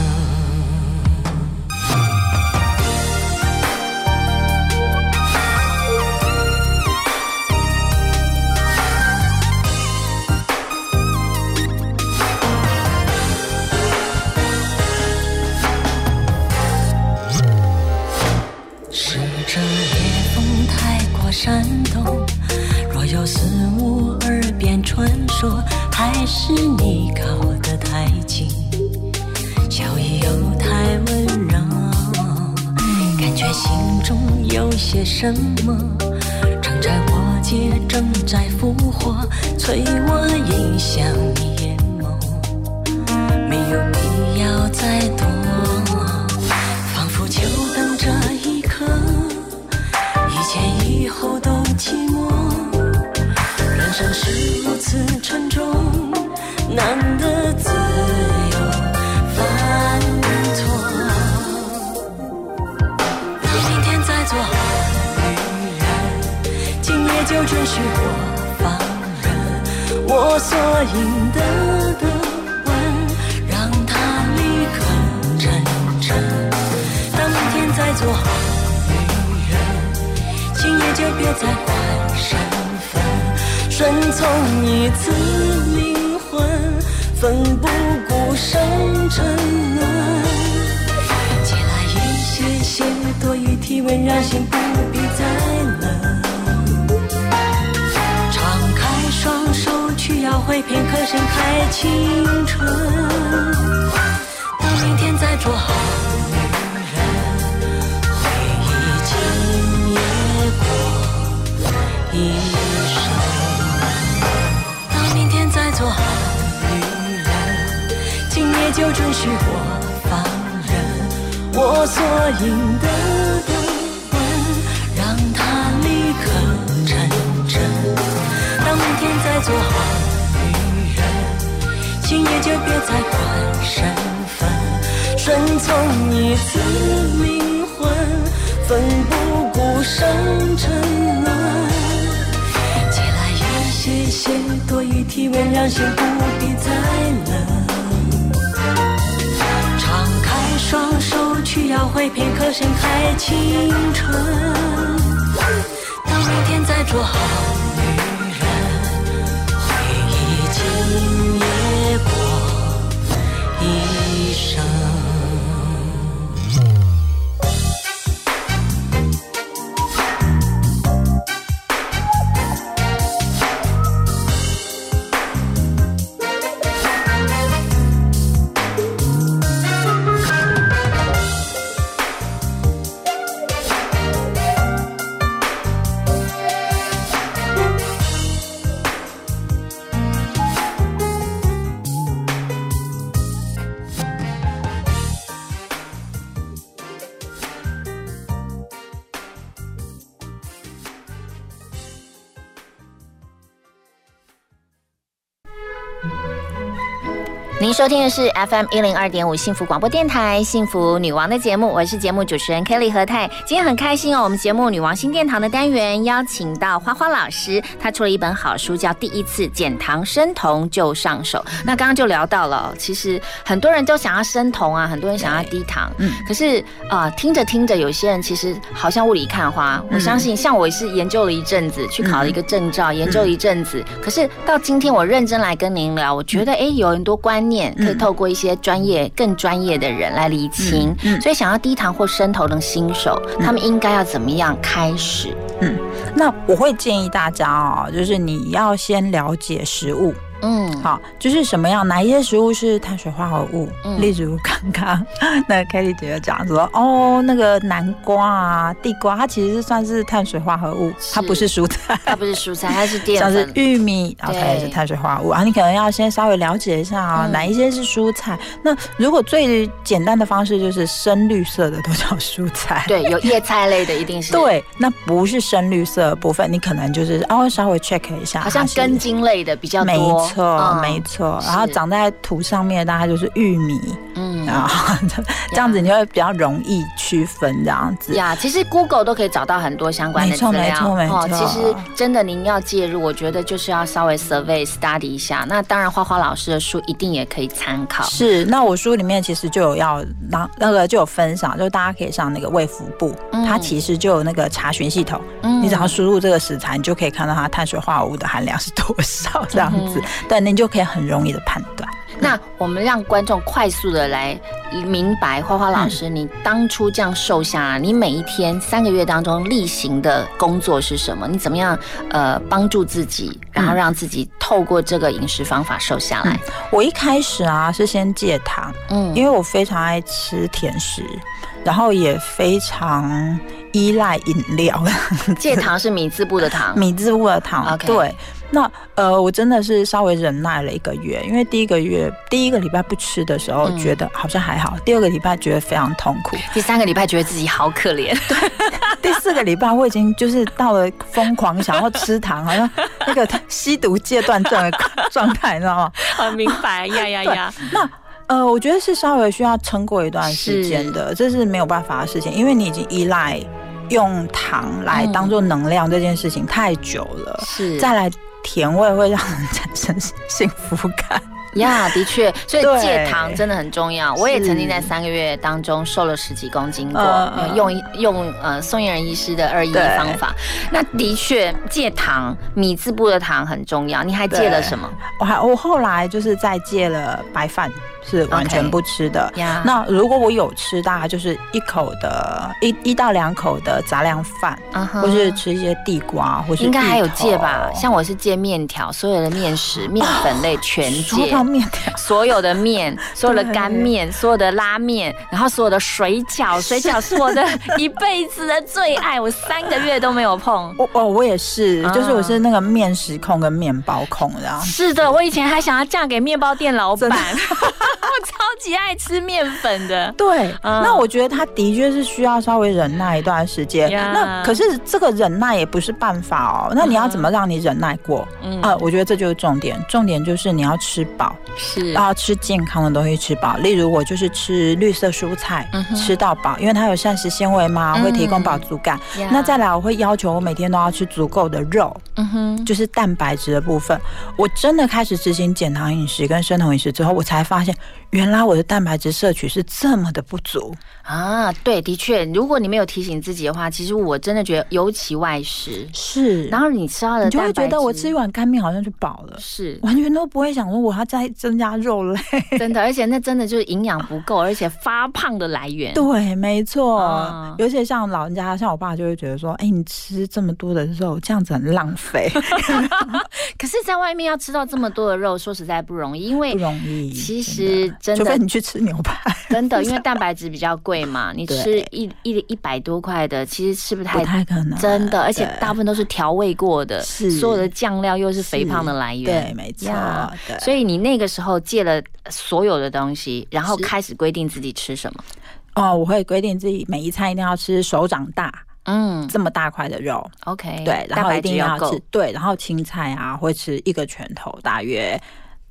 传说，还是你靠得太近，笑意又太温柔，感觉心中有些什么正在破解，正在复活，催我迎向你眼眸，没有必要再多，仿佛就等这一刻，一切以后都寂寞，人生是如此沉重，难得自由反托，当明天再做好女人，今夜就准许我放任，我所应得的吻，让它立刻成真，当明天再做好女人，今夜就别再管身份，顺从一次灵魂，奋不顾身沉沦，借来一些些多余体温，让心不必再冷，敞开双手去摇晃片刻，盛开青春，当明天再做好女人，回忆今夜过一生，当明天再做好女人，今夜就准许我放任，我所应得的吻，让它立刻成真，当明天再做好女人，今夜就别再管身份，顺从一次灵魂，奋不顾身沉沦，借来一些些多余体温，让心不必再冷，敞开双手去摇晃片刻，盛开青春，当明天再做好女人，回忆今夜过一生。 您收听的是 FM 102.5幸福广播电台幸福女王的节目，我是节目主持人 Kelly 何太。今天很开心哦，我们节目女王心殿堂的单元邀请到花花老师，她出了一本好书，叫《第一次减糖生酮就上手》。那刚刚就聊到了，其实很多人都想要生酮啊，很多人想要低糖，可是听着听着，有些人其实好像雾里看花。我相信，像我也是研究了一阵子，去考了一个证照，研究一阵子，可是到今天我认真来跟您聊，我觉得有很多观念可以透过一些更专业的人来厘清，所以想要低糖或生酮的新手，他们应该要怎么样开始？ 那我会建议大家就是你要先了解食物。好，就是什么样，哪一些食物是碳水化合物？例如刚刚那 Kelly 姐姐讲说，那个南瓜啊、地瓜，它其实是算是碳水化合物，它不是蔬菜， 它不是蔬菜，它是淀粉。 像是玉米，它也是碳水化合物啊。你可能要先稍微了解一下哪一些是蔬菜。那如果最简单的方式就是深绿色的都叫蔬菜， 对，有叶菜类的一定是对。那不是深绿色的部分，你可能就是稍微 check 一下， 好像根茎类的比较多。 没错，然后长在土上面的大概就是玉米，然后这样子你会比较容易区分这样子呀。其实 Google 都可以找到很多相关的资料， 没错。 其实真的您要介入，我觉得就是要稍微 survey study 一下。那当然，花花老师的书一定也可以参考。 是，那我书里面其实就有就有分享，就是大家可以上那个卫福部，它其实就有那个查询系统，你只要输入这个食材，你就可以看到它碳水化合物的含量是多少这样子，对，你就可以很容易的判断。 那我们让观众快速的来明白花花老师，你当初这样瘦下来，你每一天3个月当中例行的工作是什么？你怎么样帮助自己，然后让自己透过这个饮食方法瘦下来？ 我一开始啊是先戒糖，因为我非常爱吃甜食，然后也非常依赖饮料。 戒糖是米字部的糖， 米字部的糖， okay. 对。那我真的是稍微忍耐了1个月，因为第一个礼拜不吃的时候觉得好像还好，第2个礼拜觉得非常痛苦， 第3个礼拜觉得自己好可怜， 第4个礼拜我已经就是到了疯狂想要吃糖，好像那个吸毒戒断症的状态，你知道吗？ 很明白呀。 那我觉得是稍微需要撑过一段时间的，这是没有办法的事情，因为你已经依赖用糖来当做能量这件事情太久了， 是再来甜味会让人产生幸福感。 呀，的确，所以戒糖真的很重要。我也曾经在3个月当中瘦了10几公斤过，用宋燕人医师的211方法。那的确戒糖，米字部的糖很重要。你还戒了什么？ 我后来就是再戒了白饭，是完全不吃的。 Okay. 那如果我有吃，大概就是1到2口的杂粮饭，或是吃一些地瓜，或是应该还有戒吧？像我是戒面条，所有的面食、面粉类全戒。 面条， 所有的面，所有的干面，所有的拉面，然后所有的水饺是我的一辈子的最爱，我3个月都没有碰。 我也是，就是我是那个面食控跟面包控这样。 是的，我以前还想要嫁给面包店老板，我超级爱吃面粉的。 对，那我觉得他的确是需要稍微忍耐一段时间。那可是这个忍耐也不是办法哦。那你要怎么让你忍耐过？我觉得这就是重点，重点就是你要吃饱。 是， 然后吃健康的东西吃饱，例如我就是吃绿色蔬菜，吃到饱，因为它有膳食纤维嘛，会提供饱足感。那再来我会要求我每天都要吃足够的肉，就是蛋白质的部分。我真的开始执行减糖饮食跟生酮饮食之后，我才发现原来我的蛋白质摄取是这么的不足啊！对，的确，如果你没有提醒自己的话，其实我真的觉得尤其外食是， 然后你吃到的蛋白质， 你就会觉得我吃一碗干面好像就饱了，是完全都不会想说我要再增加肉类， 真的，而且那真的就是营养不够，而且发胖的来源。 对，没错，尤其像老人家，像我爸就会觉得说，你吃这么多的肉，这样子很浪费。 可是，在外面要吃到这么多的肉，说实在不容易，因为不容易。 其实真的， 除非你去吃牛排， 真的，因为蛋白质比较贵嘛，你吃100多块的，其实吃不太可能， 真的，而且大部分都是调味过的，所有的酱料又是肥胖的来源， 对，没错。 所以你那个时候戒了所有的东西，然后开始规定自己吃什么？ 我会规定自己每一餐一定要吃手掌大。这么大块的肉 ，OK， 对，然后一定要吃，对，然后青菜啊会吃1个拳头，大约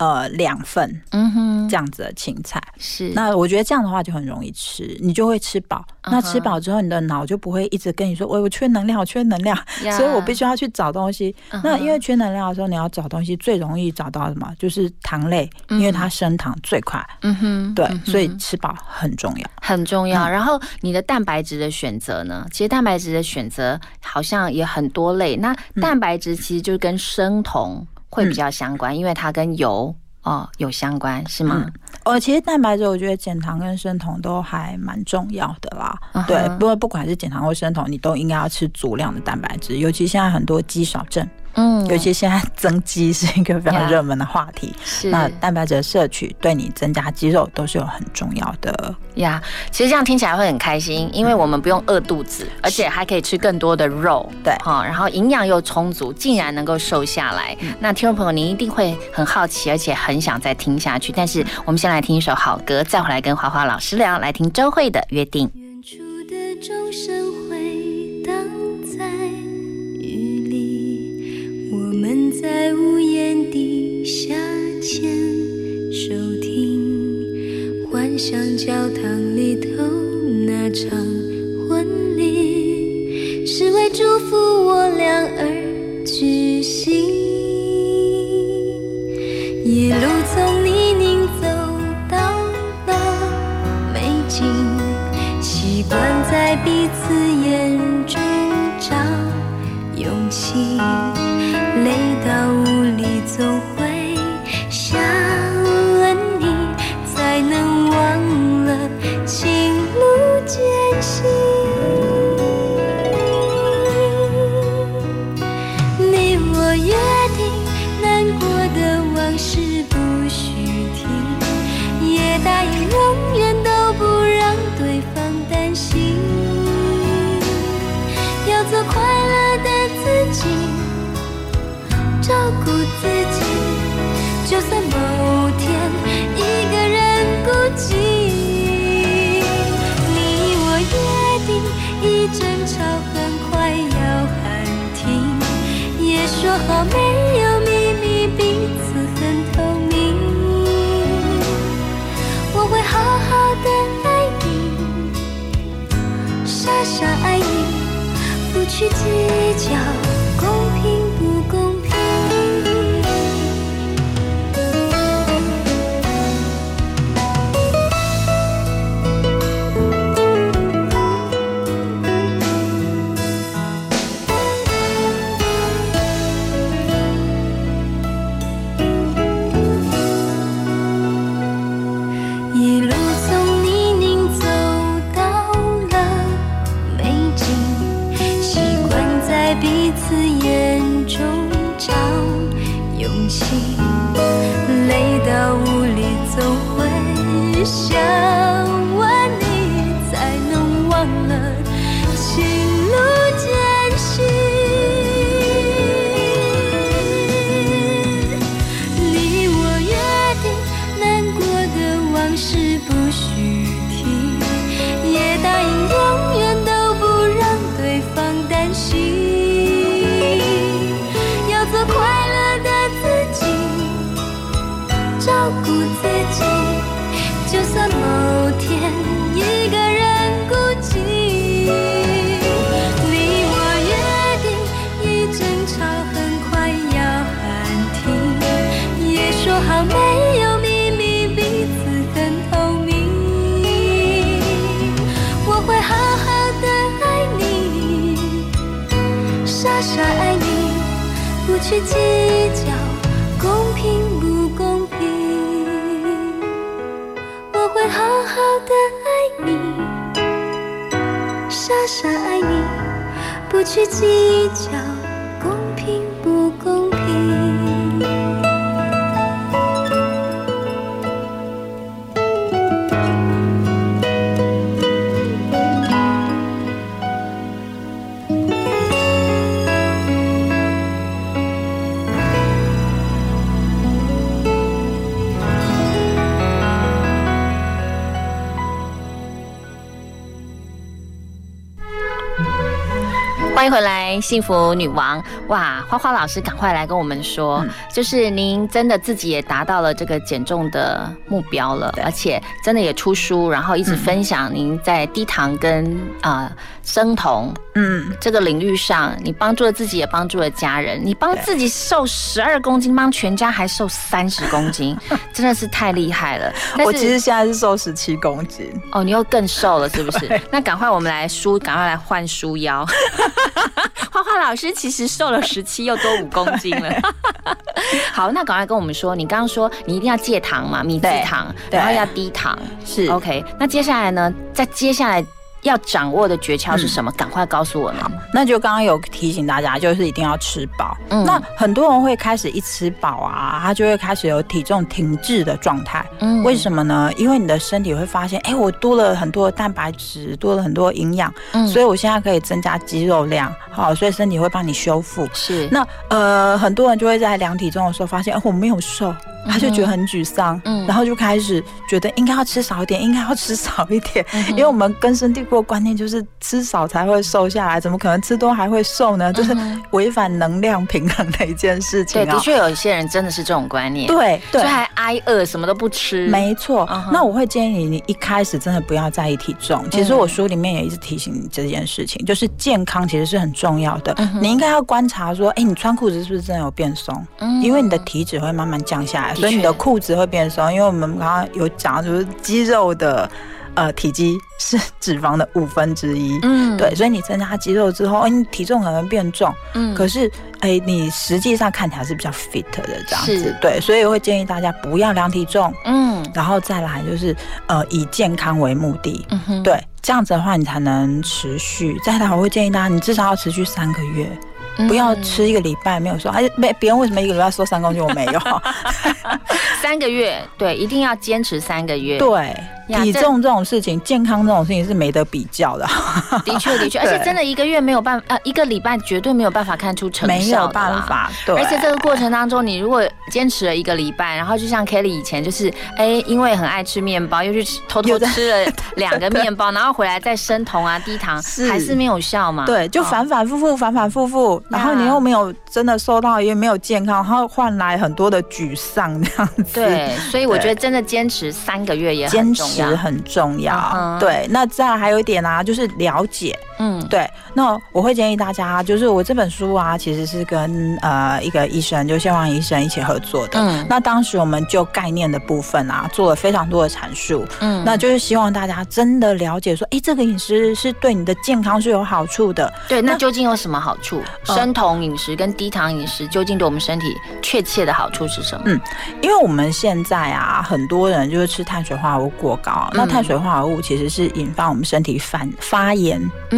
2份，这样子的青菜是。那我觉得这样的话就很容易吃，你就会吃饱。那吃饱之后，你的脑就不会一直跟你说，我缺能量，我缺能量，所以我必须要去找东西。那因为缺能量的时候，你要找东西最容易找到什么？就是糖类，因为它升糖最快。对，所以吃饱很重要， 很重要。然后你的蛋白质的选择呢？其实蛋白质的选择好像也很多类。那蛋白质其实就跟生酮会比较相关，因为它跟油有相关，是吗？ 其实蛋白质我觉得减糖跟生酮都还蛮重要的啦。对，不管是减糖或生酮，你都应该要吃足量的蛋白质，尤其现在很多肌少症。尤其现在增肌是一个非常热门的话题，那蛋白质的摄取对你增加肌肉都是有很重要的呀。其实这样听起来会很开心，因为我们不用饿肚子，而且还可以吃更多的肉， 对， 然后营养又充足，竟然能够瘦下来。那听众朋友，您一定会很好奇，而且很想再听下去。但是我们先来听一首好歌，再回来跟花花老师聊，来听周蕙的《约定》。 远处的钟声回荡在雨里，我们在屋檐底下牵手听，幻想教堂里头那场婚礼是为祝福我俩而举行。夜路从泥泞走到了美景，习惯在彼此眼中找勇气，累到无力总会想念累到无力走回，想完你才能忘了情路艰辛。你我约定难过的往事不许提，也答应永远都不让对方担心。做快乐的自己，照顾自己，就算某天一个人孤寂。你我约定，一争吵很快要喊停，也说好没有秘密，彼此很透明。我会好好的爱你，傻傻爱你，不去计较公平不公平，我会好好的爱你，傻傻爱你，不去计较公平不公平。 欢迎回来，幸福女王。哇，花花老师赶快来跟我们说，就是您真的自己也达到了这个减重的目标了，而且真的也出书，然后一直分享您在低糖跟生酮这个领域上，你帮助了自己，也帮助了家人。你帮自己瘦12公斤，帮全家还瘦30公斤，真的是太厉害了。 我其实现在是瘦17公斤哦，你又更瘦了，是不是？那赶快我们来赶快来换书腰。花花老师其实瘦了17，又多5公斤了。好，那赶快跟我们说，你刚刚说你一定要戒糖嘛，米字糖，然后要低糖， 是 OK。那接下来呢？在接下来要掌握的诀窍是什么？赶快告诉我们。 那就刚刚有提醒大家，就是一定要吃饱。那很多人会开始一吃饱啊，他就会开始有体重停滞的状态。为什么呢？因为你的身体会发现，我多了很多蛋白质，多了很多营养，所以我现在可以增加肌肉量，好，所以身体会帮你修复。 是。 那很多人就会在量体重的时候发现，我没有瘦。他就觉得很沮丧，然后就开始觉得应该要吃少一点，应该要吃少一点，因为我们根深蒂固的观念就是吃少才会瘦下来，怎么可能吃多还会瘦呢？就是违反能量平衡的一件事情。 对，的确有一些人真的是这种观念， 对， 所以还挨饿，什么都不吃。 没错，那我会建议你一开始真的不要在意体重。其实我书里面也一直提醒你这件事情，就是健康其实是很重要的。你应该要观察说，你穿裤子是不是真的有变松？因为你的体脂会慢慢降下来。所以你的裤子会变松，因为我们刚刚有讲，就是肌肉的体积是脂肪的1/5。对，所以你增加肌肉之后，你体重可能变重，可是你实际上看起来是比较 fit 的这样子。对，所以我会建议大家不要量体重，然后再来就是以健康为目的，对，这样子的话你才能持续。再来，我会建议大家，你至少要持续3个月。不要吃1个礼拜没有瘦，别人为什么1个礼拜瘦3公斤我没有 ？3个月，对，一定要坚持3个月。 对，体重这种事情，健康这种事情是没得比较的。 的确，而且真的1个月没有办法，1个礼拜绝对没有办法看出成效的， 没有办法。对， 而且这个过程当中，你如果坚持了1个礼拜，然后就像 Kelly 以前就是，因为很爱吃面包，又去偷偷吃了2个面包，然后回来再生酮啊、低糖，还是没有效嘛？ 对，就反反复复。然后你又没有真的瘦到，也没有健康，然后换来很多的沮丧这样子。 对，所以我觉得真的坚持3个月也很重要， 坚持很重要。对，那再来还有一点啊，就是了解。对，那我会建议大家，就是我这本书啊，其实是跟一个医生，就谢万医生一起合作的。那当时我们就概念的部分啊，做了非常多的阐述。那就是希望大家真的了解说，这个饮食是对你的健康是有好处的。 对，那究竟有什么好处？生酮饮食跟低糖饮食究竟对我们身体确切的好处是什么？ 因为我们现在啊，很多人就是吃碳水化合物过高，那碳水化合物其实是引发我们身体发炎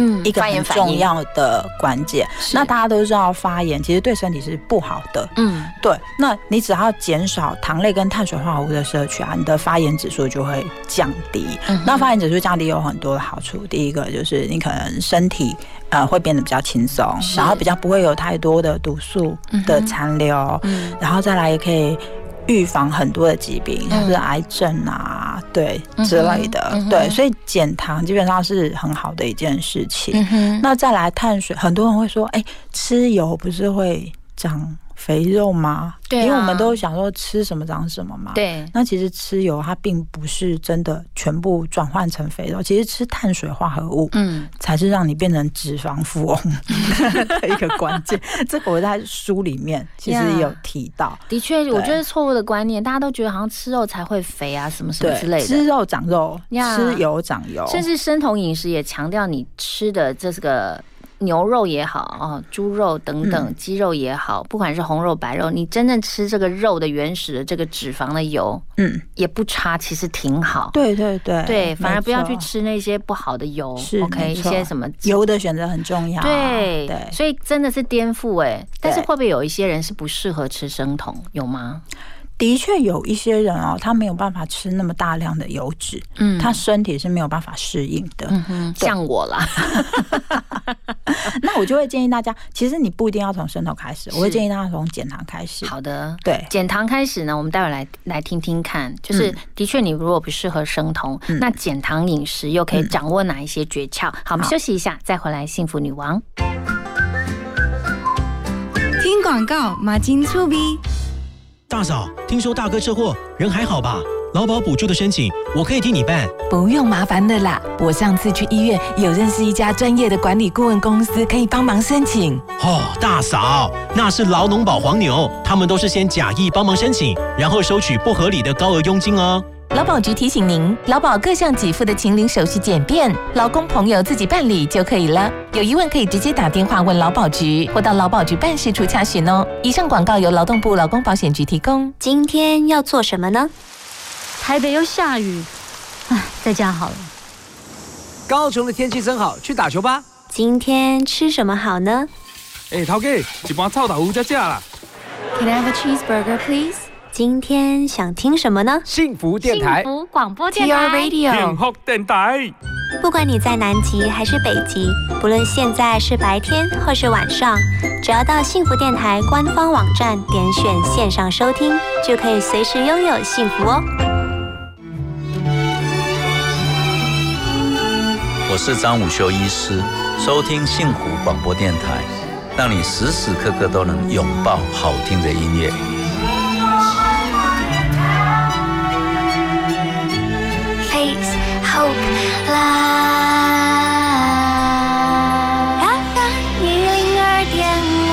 一个很重要的关键。那大家都知道发炎其实对身体是不好的，对。那你只要减少糖类跟碳水化合物的摄取啊，你的发炎指数就会降低。那发炎指数降低有很多的好处，第一个就是你可能身体会变得比较轻松，然后比较不会有太多的毒素的残留，然后再来也可以预防很多的疾病，像是癌症啊，对之类的，对，所以减糖基本上是很好的一件事情。那再来碳水，很多人会说，吃油不是会长肥肉吗？对、因为我们都想说吃什么长什么嘛。对。那其实吃油它并不是真的全部转换成肥肉，其实吃碳水化合物，才是让你变成脂肪富翁的一个关键。这个我在书里面其实有提到。 的确，我觉得错误的观念，大家都觉得好像吃肉才会肥啊，什么什么之类的。 吃肉长肉，吃油长油。 甚至生酮饮食也强调你吃的这个。牛肉也好，猪肉等等，鸡肉也好，不管是红肉白肉，你真正吃这个肉的原始的这个脂肪的油，也不差，其实挺好。对对对，对，反而不要去吃那些不好的油。是 ，OK， 一些什么油的选择很重要。 对对，所以真的是颠覆但是会不会有一些人是不适合吃生酮？有吗？ 的确有一些人他没有办法吃那么大量的油脂，他身体是没有办法适应的。 像我啦。 那我就会建议大家，其实你不一定要从生酮开始，我会建议大家从减糖开始。 好的， 对， 减糖开始呢，我们待会来听听看，就是的确你如果不适合生酮，那减糖饮食又可以掌握哪一些诀窍？好，我们休息一下，再回来幸福女王。 听广告，马金醋逼。 大嫂，听说大哥车祸，人还好吧？劳保补助的申请，我可以替你办。 不用麻烦的啦，我上次去医院有认识一家专业的管理顾问公司，可以帮忙申请。 大嫂，那是劳农保黄牛，他们都是先假意帮忙申请，然后收取不合理的高额佣金哦。 劳保局提醒您，劳保各项给付的请领手续简便，劳工朋友自己办理就可以了。有疑问可以直接打电话问劳保局，或到劳保局办事处洽询哦。以上广告由劳动部劳工保险局提供。 今天要做什么呢？ 台北又下雨，在家好了。 高雄的天气真好，去打球吧。 今天吃什么好呢？ 头家，一盘臭豆腐才价啦。 Can I have a cheeseburger, please? 今天想听什么呢？ 幸福电台， 幸福广播电台 TR Radio， 幸福电台。 不管你在南极还是北极，不论现在是白天或是晚上，只要到幸福电台官方网站点选线上收听，就可以随时拥有幸福哦。 我是张武修医师，收听幸福广播电台，让你时时刻刻都能拥抱好听的音乐。 Face, hope, love. FM 102.5。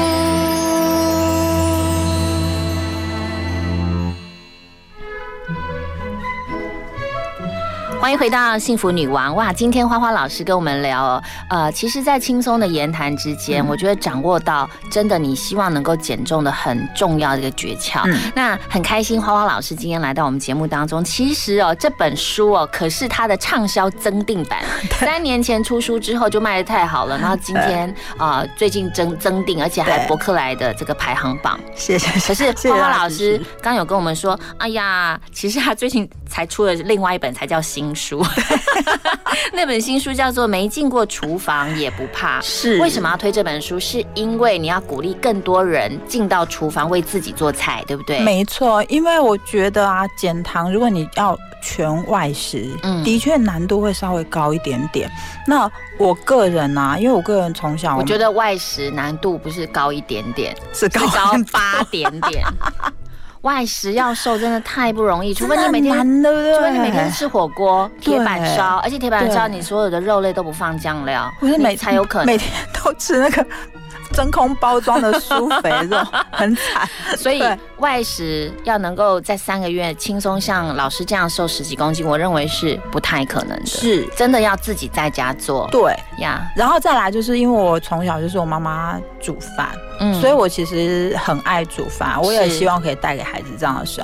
欢迎回到幸福女王。哇，今天花花老师跟我们聊其实在轻松的言谈之间，我觉得掌握到真的你希望能够减重的很重要的一个诀窍。那很开心花花老师今天来到我们节目当中。其实这本书可是他的畅销增订版，3年前出书之后就卖得太好了，然后今天最近增订，而且还博客来的这个排行榜。 谢谢。 可是花花老师刚有跟我们说，哎呀，其实他最近才出了另外一本才叫新书那本新书叫做《没进过厨房也不怕》。是为什么要推这本书？是因为你要鼓励更多人进到厨房为自己做菜，对不对？ 没错，因为我觉得减糖如果你要全外食，的确难度会稍微高一点点。那我个人因为我个人从小， 我觉得外食难度不是高一点点， 是高 8点点。外食要瘦真的太不容易，除非你每天，除非你每天吃火锅、铁板烧，而且铁板烧你所有的肉类都不放酱料，你才有可能每天都吃那个真空包装的舒肥肉，很惨。 所以外食要能够在3个月轻松像老师这样瘦10几公斤，我认为是不太可能的，是真的要自己在家做。 对呀，然后再来就是因为我从小就是我妈妈煮饭，所以我其实很爱煮饭，我也希望可以带给孩子这样的生活。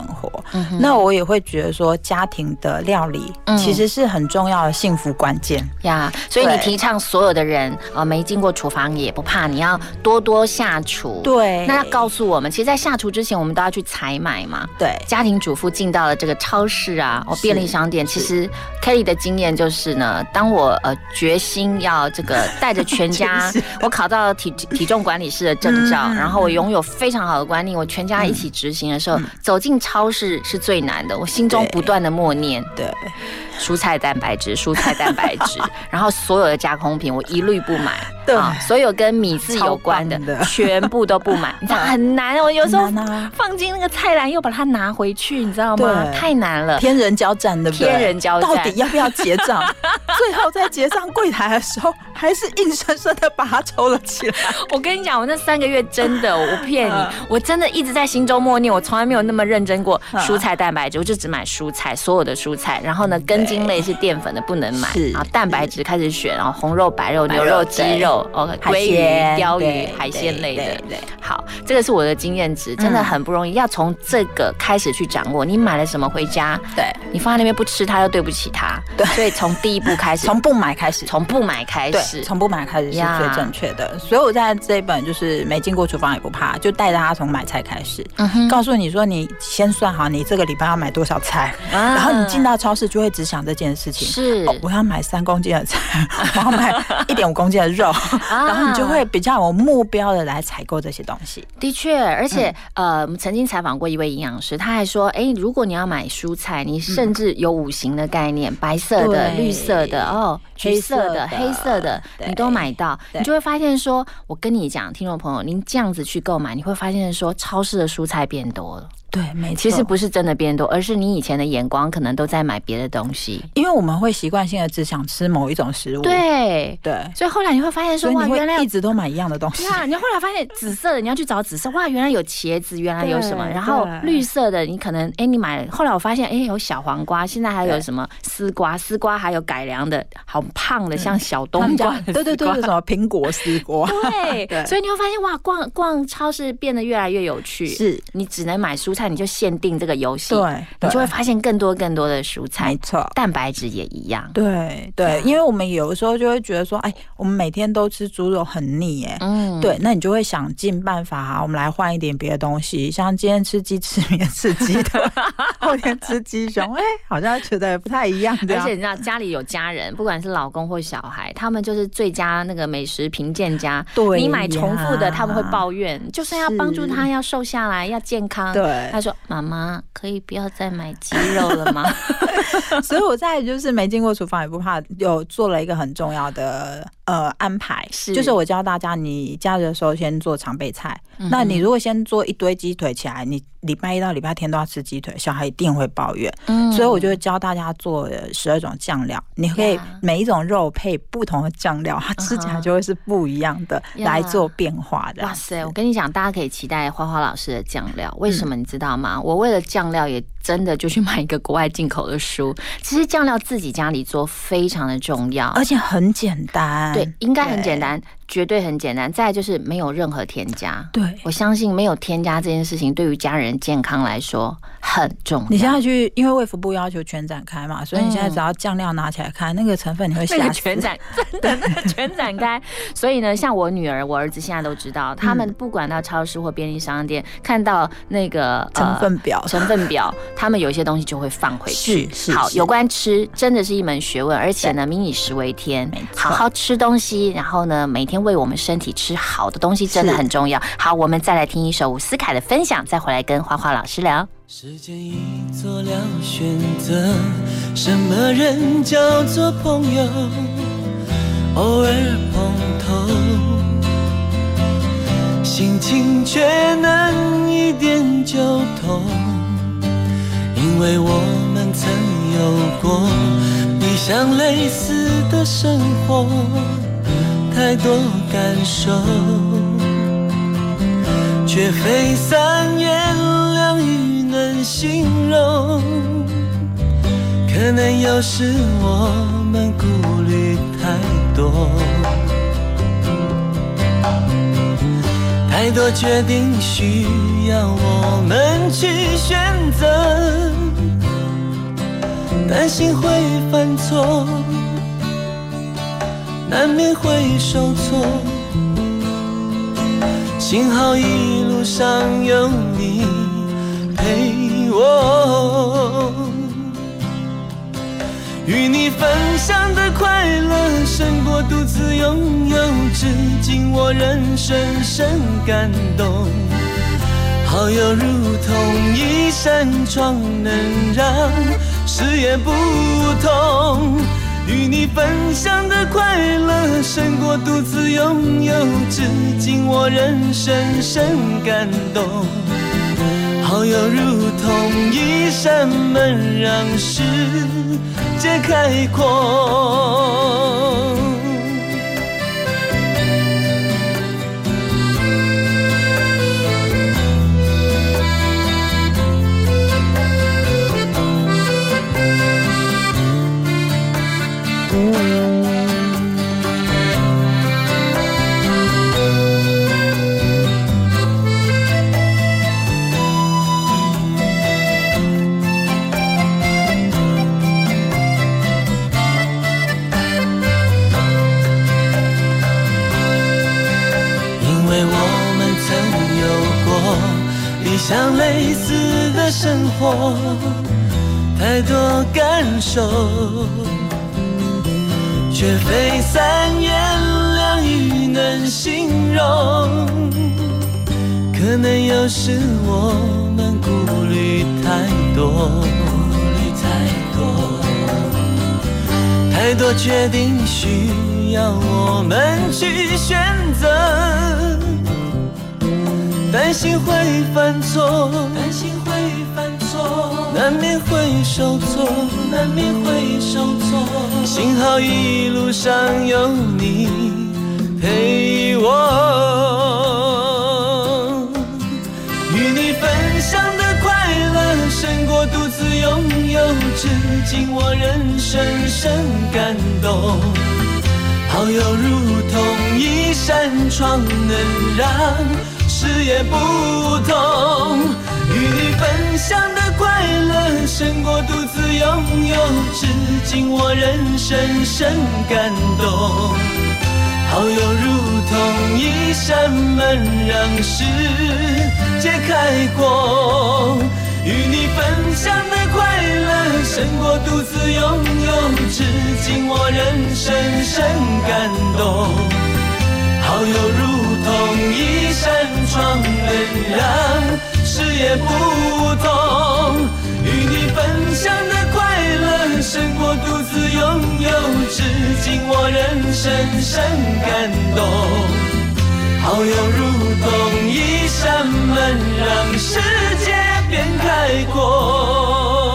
那我也会觉得说，家庭的料理其实是很重要的幸福关键呀。所以你提倡所有的人没进过厨房也不怕，你要多多下厨。 对， 那要告诉我们，其实，在下厨之前，我们都要去采买嘛。 对， 家庭主妇进到了这个超市啊，便利商店，其实 Kelly 的经验就是呢，当我决心要这个带着全家，我考到了体重管理师的证照，然后我拥有非常好的观念，我全家一起执行的时候，走进超市是最难的，我心中不断的默念， 对， 蔬菜蛋白质，蔬菜蛋白质，然后所有的加工品我一律不买， 对， 所有跟米字有关的全部都不买，你知道很难，我有时候放进那个菜篮又把它拿回去，你知道吗？太难了， 天人交战，对不对？ 天人交战， 到底要不要结账？最后在结账柜台的时候，还是硬生生的把它抽了起来。 我跟你讲，我那3个月真的，我不骗你，我真的一直在心中默念，我从来没有那么认真过蔬菜蛋白质，我就只买蔬菜，所有的蔬菜，然后呢，根茎类是淀粉的不能买，然后蛋白质开始选，然后红肉、白肉、牛肉、鸡肉，鲑鱼、鲷鱼、海鲜类的。好，这个是我的经验值，真的很不容易，要从这个开始去掌握。你买了什么回家， 对， 你放在那边不吃它，又对不起它，对，所以从第一步开始， 从不买开始， 从不买开始， 从不买开始是最正确的。所以我在这一本就是没进过厨房也不怕，就带着他从买菜开始，告诉你说，你先算好你这个礼拜要买多少菜，然后你进到超市就会只想这件事情， 是我要买3公斤的菜，我要买1.5公斤的肉，然后你就会比较有目标的来采购这些东西。 的确，而且我们曾经采访过一位营养师，他还说，如果你要买蔬菜，你甚至有5型的概念，白色的、绿色的、橘色的、黑色的，你都买到，你就会发现说，我跟你讲，听众朋友，您这样子去购买，你会发现说，超市的蔬菜变多了。 对，没错， 其实不是真的变多，而是你以前的眼光可能都在买别的东西， 因为我们会习惯性的只想吃某一种食物。 对，所以后来你会发现说，哇，原来一直都买一样的东西。 你后来发现紫色的，你要去找紫色，哇，原来有茄子，原来有什么，然后绿色的，你可能你买了，后来我发现有小黄瓜，现在还有什么丝瓜还有改良的，好胖的，像小冬瓜。 对，什么苹果丝瓜。 对，所以你会发现哇，逛超市变得越来越有趣。 是你只能买蔬菜。你就限定这个游戏， 对， 你就会发现更多的蔬菜， 没错， 蛋白质也一样， 对，因为我们有的时候就会觉得说，我们每天都吃猪肉很腻，对，那你就会想尽办法，我们来换一点别的东西，像今天吃鸡翅，明天吃鸡的，后天吃鸡胸，好像觉得不太一样。 而且你知道家里有家人，不管是老公或小孩，他们就是最佳那个美食评鉴家。对，你买重复的，他们会抱怨，就算要帮助他要瘦下来，要健康，对。他说：“妈妈，可以不要再买鸡肉了吗？” 所以我在就是没进过厨房也不怕，有做了一个很重要的安排，就是我教大家，你假日的时候先做常备菜。那你如果先做一堆鸡腿起来，你礼拜1到礼拜天都要吃鸡腿，小孩一定会抱怨。所以我就会教大家做12种酱料，你可以每一种肉配不同的酱料，它吃起来就会是不一样的，来做变化的。 哇塞！我跟你讲，大家可以期待花花老师的酱料，为什么你知道吗？我为了酱料也真的就去买一个国外进口的书。其实酱料自己家里做非常的重要， 而且很简单。 对，应该很简单，绝对很简单。再来就是没有任何添加。对，我相信没有添加这件事情对于家人健康来说很重要。 你现在去，因为卫福部要求全展开嘛，所以你现在只要酱料拿起来看，那个成分你会吓死。 全展，真的那个全展开。所以呢，像我女儿、我儿子现在都知道，他们不管到超市或便利商店看到那个成分表，他们有一些东西就会放回去。好，有关吃真的是一门学问，而且呢，民以食为天，好好吃东西，然后呢，每天为我们身体吃好的东西真的很重要。好，我们再来听一首伍思凯的分享，再回来跟花花老师聊。 时间已做了选择，什么人叫做朋友？偶尔碰头，心情却能一点就通，因为我们曾有过一项类似的生活，太多感受，却非三言两语能形容。可能有时我们顾虑太多，太多决定需要我们去选择。 担心会犯错，难免会受挫，幸好一路上有你陪我，与你分享的快乐胜过独自拥有，至今我仍深深感动。好友如同一扇窗，能让视野不同，与你分享的快乐胜过独自拥有，至今我仍深深感动。好友如同一扇门，让世界开阔。像类似的生活，太多感受，却非三言两语能形容。可能有时我们顾虑太多，太多决定需要我们去选择。担心会犯错，难免会受挫，幸好一路上有你陪我，与你分享的快乐胜过独自拥有，至今我仍深深感动。好友如同一扇窗，能让视野不同，与你分享的快乐胜过独自拥有，至今我仍深深感动。好友如同一扇门，让世界开阔，与你分享的快乐胜过独自拥有，至今我仍深深感动。好友如同一扇窗，能让视野不同，与你分享的快乐胜过独自拥有，至今我仍深深感动。好友如同一扇门，让世界变开阔。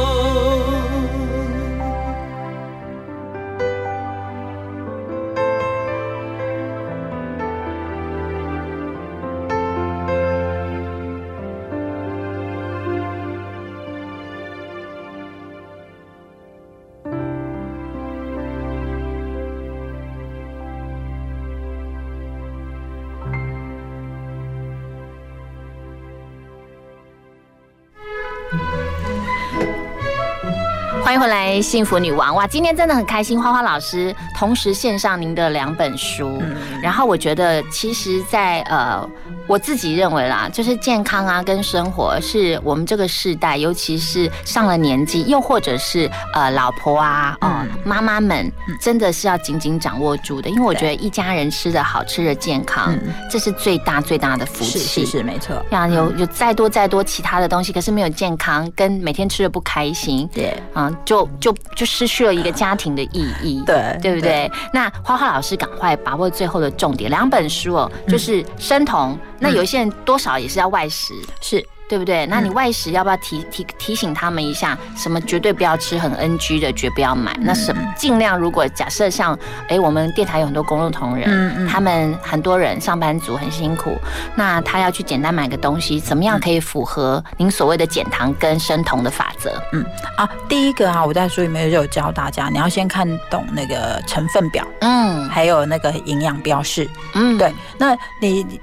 欢迎回来，幸福女王哇！今天真的很开心，花花老师同时献上您的2本书，然后我觉得其实在我自己认为啦，就是健康啊跟生活是我们这个世代，尤其是上了年纪，又或者是老婆啊妈妈们，真的是要紧紧掌握住的，因为我觉得一家人吃得好，吃得健康，这是最大最大的福气。 是没错。 有再多其他的东西，可是没有健康，跟每天吃得不开心，对就失去了一个家庭的意义，对不对？那花花老师赶快把握最后的重点，2本书哦，就是生酮，那有一些人多少也是要外食，是。对不对？那你外食要不要提醒他们一下？什么绝对不要吃，很 NG 的绝不要买。那什么尽量，如果假设像我们电台有很多公路同仁，他们很多人上班族很辛苦，那他要去简单买个东西，怎么样可以符合您所谓的减糖跟生酮的法则？ 第一个我在书里面就有教大家，你要先看懂那个成分表，还有那个营养标示，对，那你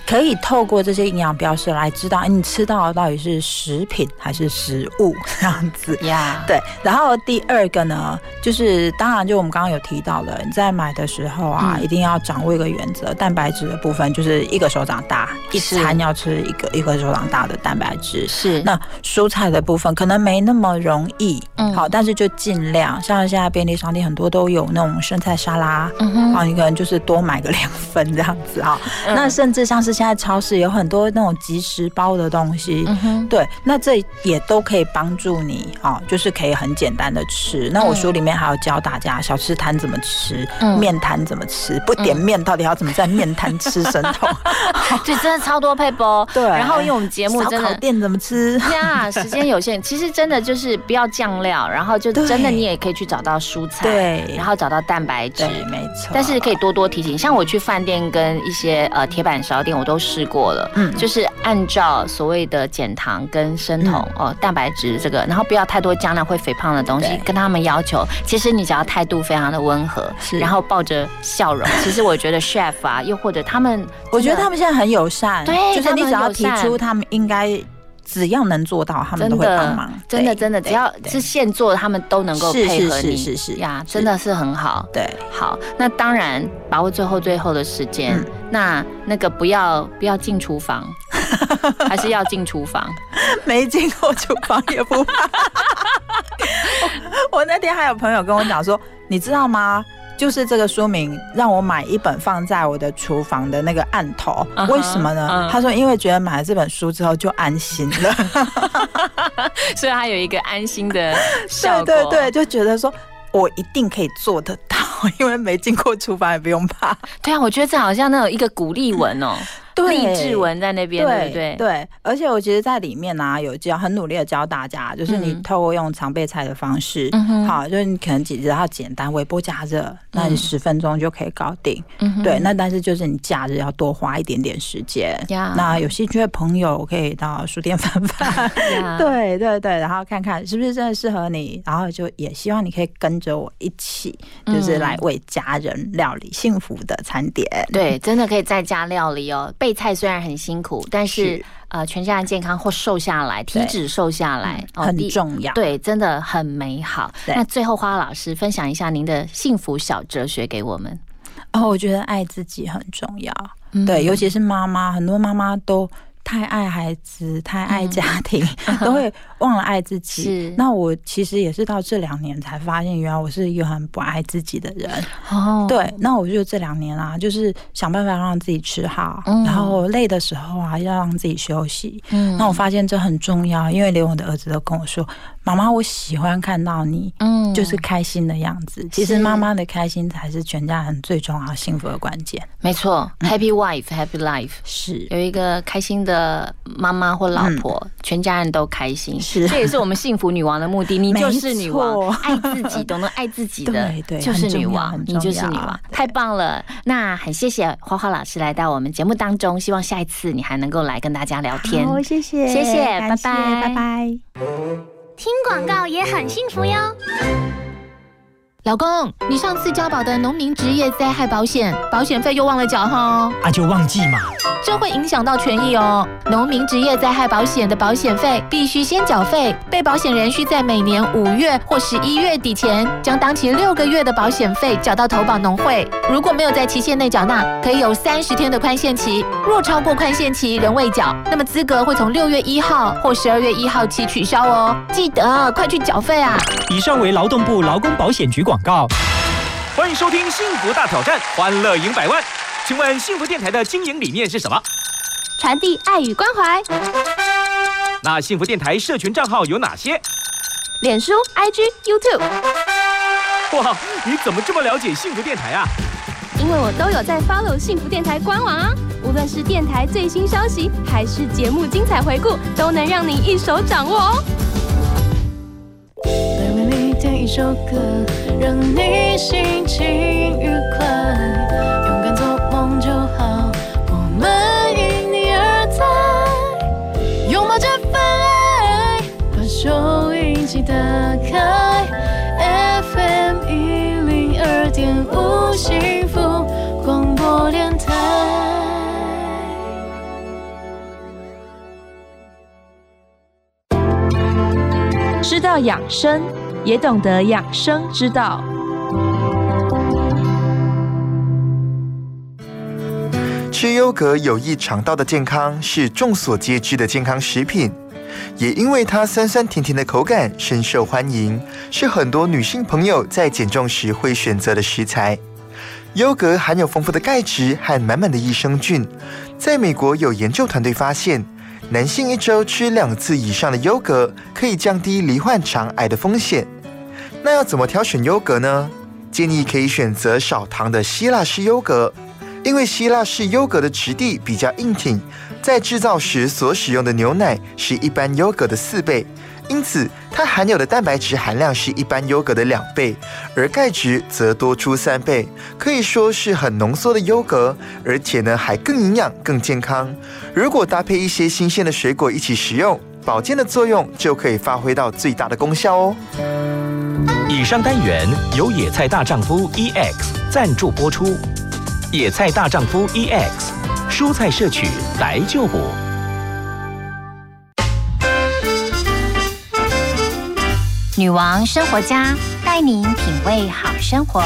可以透过这些营养标示来知道，你吃到的到底是食品还是食物这样子呀。 对，然后第二个呢，就是当然就我们刚刚有提到了，你在买的时候啊，一定要掌握一个原则，蛋白质的部分就是一个手掌大，一餐要吃一个手掌大的蛋白质。 是， 那蔬菜的部分可能没那么容易，好，但是就尽量，像现在便利商店很多都有那种生菜沙拉，好，你可能就是多买个2份这样子啊。那甚至像是现在超市有很多那种即食包的东西，对，那这也都可以帮助你啊，就是可以很简单的吃。那我书里面还有教大家小吃摊怎么吃，面摊怎么吃，不点面到底要怎么在面摊吃生酮， 对，真的超多配包。 对， 然后因为我们节目真的烧烤店怎么吃呀，时间有限，其实真的就是不要酱料，然后就真的你也可以去找到蔬菜，对，然后找到蛋白质， 没错。 但是可以多多提醒，像我去饭店跟一些铁板烧店，我都试过了，就是按照所谓的减糖跟生酮蛋白质这个，然后不要太多酱料会肥胖的东西，跟他们要求，其实你只要态度非常的温和，然后抱着笑容，其实我觉得 chef 啊，又或者他们， 我觉得他们现在很友善， 对， 就是你只要提出他们应该。只要能做到，他们都会帮忙。 真的，只要是现做的，他们都能够配合你。是呀，真的是很好。对，好，那当然把握最后的时间。那个不要进厨房，还是要进厨房？ 没进过厨房也不怕。我那天还有朋友跟我讲说，你知道吗？就是这个书名让我买一本放在我的厨房的那个案头，为什么呢？他说因为觉得买了这本书之后就安心了， 所以他有一个安心的效果。 对，就觉得说我一定可以做得到，因为没进过厨房也不用怕。 对啊，我觉得这好像那种一个鼓励文哦。励志文在那边，对不对？ 对，而且我其实在里面啊，有很努力的教大家，就是你透过用常备菜的方式，好，就是你可能只要简单微波加热，那你10分钟就可以搞定。对，那但是就是你假日要多花一点点时间。那有兴趣的朋友可以到书店翻翻，对，然后看看是不是真的适合你，然后就也希望你可以跟着我一起，就是来为家人料理幸福的餐点。 对，真的可以在家料理哦。备菜虽然很辛苦，但是全家人健康或瘦下来，体脂瘦下来很重要。 对，真的很美好。那最后花老师分享一下您的幸福小哲学给我们。 我觉得爱自己很重要。对，尤其是妈妈，很多妈妈都太爱孩子，太爱家庭，都会忘了爱自己。那我其实也是到这2年才发现，原来我是一个很不爱自己的人。对，那我就这2年啊，就是想办法让自己吃好，然后累的时候啊，要让自己休息。那我发现这很重要，因为连我的儿子都跟我说：“妈妈，我喜欢看到你，就是开心的样子。”其实妈妈的开心才是全家人最重要幸福的关键。 没错，Happy wife, happy life， 是有一个开心的妈妈或老婆，全家人都开心。这也是我们幸福女王的目的。你就是女王，爱自己，懂得爱自己的，就是女王，你就是女王，太棒了。那很谢谢花花老师来到我们节目当中，希望下一次你还能够来跟大家聊天。 好，谢谢， 拜拜， 拜拜。 听广告也很幸福哟。 老公，你上次交保的农民职业灾害保险，保险费又忘了缴哈？ 就忘记嘛。 这会影响到权益哦。农民职业灾害保险的保险费必须先缴费，被保险人需在每年5月或11月底前，将当期6个月的保险费缴到投保农会。如果没有在期限内缴纳，可以有30天的宽限期。若超过宽限期仍未缴，那么资格会从6月1号或12月1号起取消哦。记得快去缴费啊！ 以上为劳动部劳工保险局广告。欢迎收听《幸福大挑战》，欢乐赢100万。请问幸福电台的经营理念是什么？ 传递爱与关怀。 那幸福电台社群账号有哪些？ 脸书、IG、YouTube。 哇，你怎么这么了解幸福电台啊？ 因为我都有在 follow 幸福电台官网啊，无论是电台最新消息，还是节目精彩回顾，都能让你一手掌握哦。 来为你点一首歌，让你心情愉快，勇敢做梦就好，我们因你而在，拥抱这份爱，把收音机打开 FM 102.5幸福广播电台。 知道养生，也懂得养生之道。 吃优格有益肠道的健康，是众所皆知的健康食品，也因为它酸酸甜甜的口感深受欢迎，是很多女性朋友在减重时会选择的食材。优格含有丰富的钙质和满满的益生菌，在美国有研究团队发现，男性1周吃2次以上的优格，可以降低罹患肠癌的风险。那要怎么挑选优格呢？建议可以选择少糖的希腊式优格，因为希腊式优格的质地比较硬挺，在制造时所使用的牛奶是一般优格的4倍，因此它含有的蛋白质含量是一般优格的2倍，而钙质则多出3倍，可以说是很浓缩的优格，而且呢还更营养更健康。如果搭配一些新鲜的水果一起食用，保健的作用就可以发挥到最大的功效哦。 以上单元由野菜大丈夫 EX 赞助播出。野菜大丈夫 EX， 蔬菜摄取来就补。 女王生活家带您品味好生活。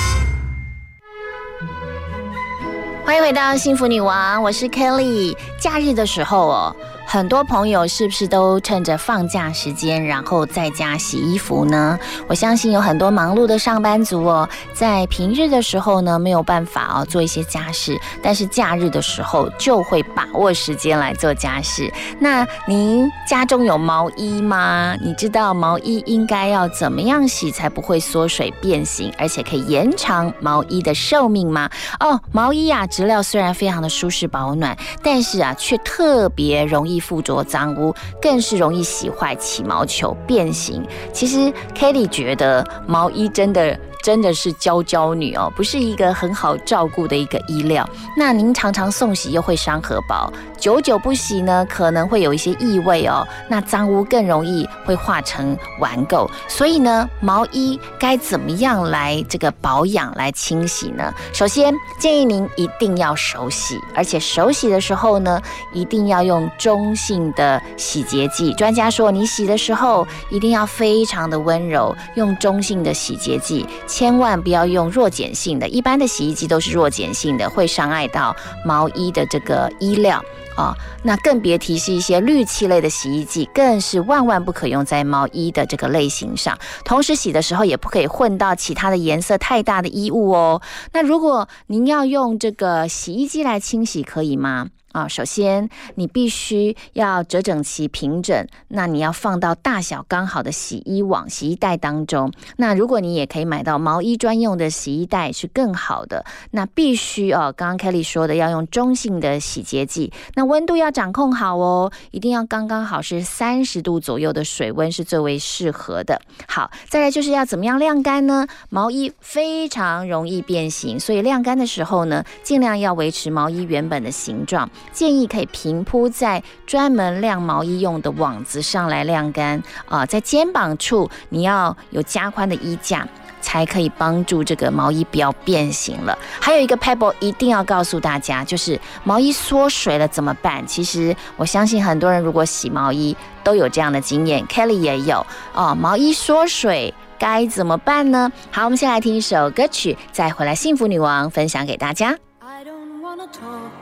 欢迎回到幸福女王，我是 Kelly。假日的时候哦，很多朋友是不是都趁着放假时间，然后在家洗衣服呢？我相信有很多忙碌的上班族哦，在平日的时候呢，没有办法做一些家事，但是假日的时候就会把握时间来做家事。那您家中有毛衣吗？你知道毛衣应该要怎么样洗才不会缩水变形，而且可以延长毛衣的寿命吗？毛衣啊，质料虽然非常的舒适保暖，但是却特别容易附着脏污，更是容易洗坏、起毛球、变形。其实 Kelly 觉得毛衣真的是娇女哦，不是一个很好照顾的一个衣料。那您常常送洗又会伤荷包，久久不洗呢，可能会有一些异味哦。那脏污更容易会化成顽垢，所以呢，毛衣该怎么样来这个保养、来清洗呢？首先建议您一定要手洗，而且手洗的时候呢，一定要用中性的洗洁剂。专家说，你洗的时候一定要非常的温柔，用中性的洗洁剂。千万不要用弱碱性的，一般的洗衣机都是弱碱性的，会伤害到毛衣的这个衣料那更别提是一些氯气类的洗衣剂，更是万万不可用在毛衣的这个类型上。同时洗的时候也不可以混到其他的颜色太大的衣物哦。那如果您要用这个洗衣机来清洗，可以吗？首先你必须要折整齐平整，那你要放到大小刚好的洗衣网、洗衣袋当中。那如果你也可以买到毛衣专用的洗衣袋是更好的。那必须刚刚 Kelly 说的要用中性的洗洁剂，那温度要掌控好哦，一定要刚刚好是30度左右的水温是最为适合的。好，再来就是要怎么样晾干呢？毛衣非常容易变形，所以晾干的时候呢，尽量要维持毛衣原本的形状。建议可以平铺在专门晾毛衣用的网子上来晾干在肩膀处你要有加宽的衣架，才可以帮助这个毛衣不要变形了。还有一个 pebble 一定要告诉大家，就是毛衣缩水了怎么办？其实我相信很多人如果洗毛衣都有这样的经验， Kelly 也有毛衣缩水该怎么办呢？好，我们先来听一首歌曲，再回来幸福女王分享给大家。 I don't wanna talk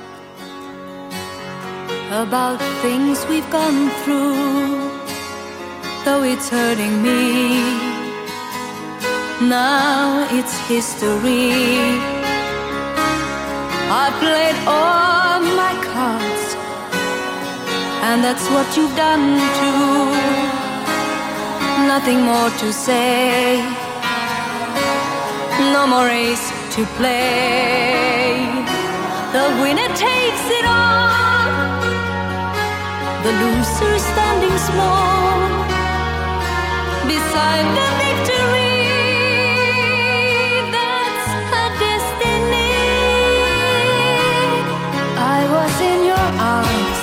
about things we've gone through, though it's hurting me. Now it's history. I played all my cards, and that's what you've done too. Nothing more to say, no more race to play. The winner takes it all, the loser standing small beside the victory. That's her destiny. I was in your arms,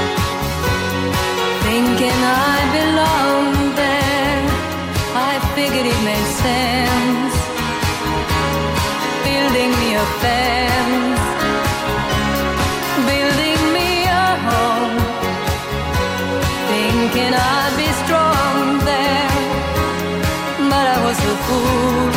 thinking I belonged there. I figured it made sense, building me a fence, building me a home, thinking I'd be strong there. fool,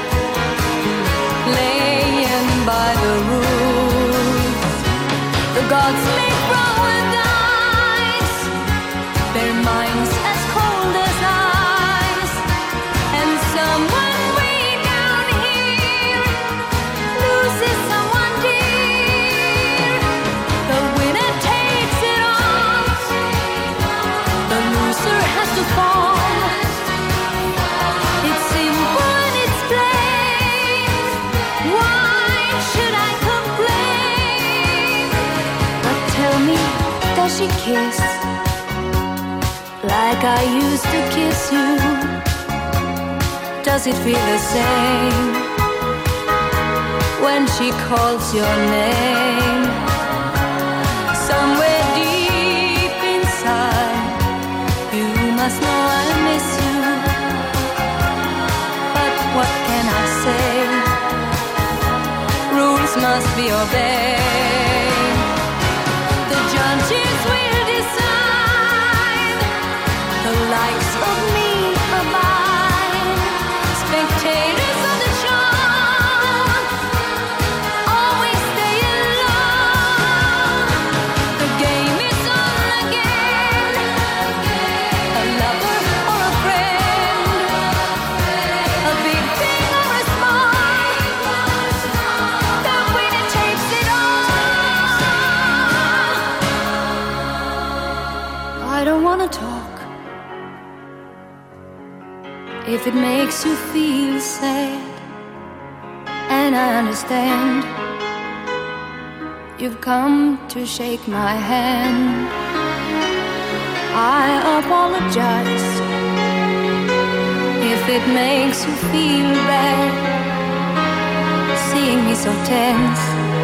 laying by the rules. The gods may roll the dice, their minds as cold as ice, and someone way down here loses someone dear. The winner takes it all, the loser has to fall. It's simple and it's plain, why should I complain? But tell me, does she kiss like I used to kiss you? Does it feel the same when she calls your name? Somewhere deep inside, you must know I miss you. But what can I say? Rules must be obeyed. The judges will decide, the likes of me abide. Spectators of the show always stay alone. The game is on again, a lover or a friend, a big thing or a small, the winner takes it all. I don't wanna talk if it makes you feel sad, and I understand you've come to shake my hand. I apologize if it makes you feel bad, seeing me so tense,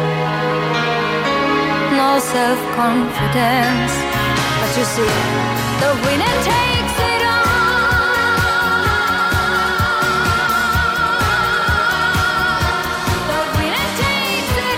no self-confidence. But you see, the winner takes it all. The winner takes it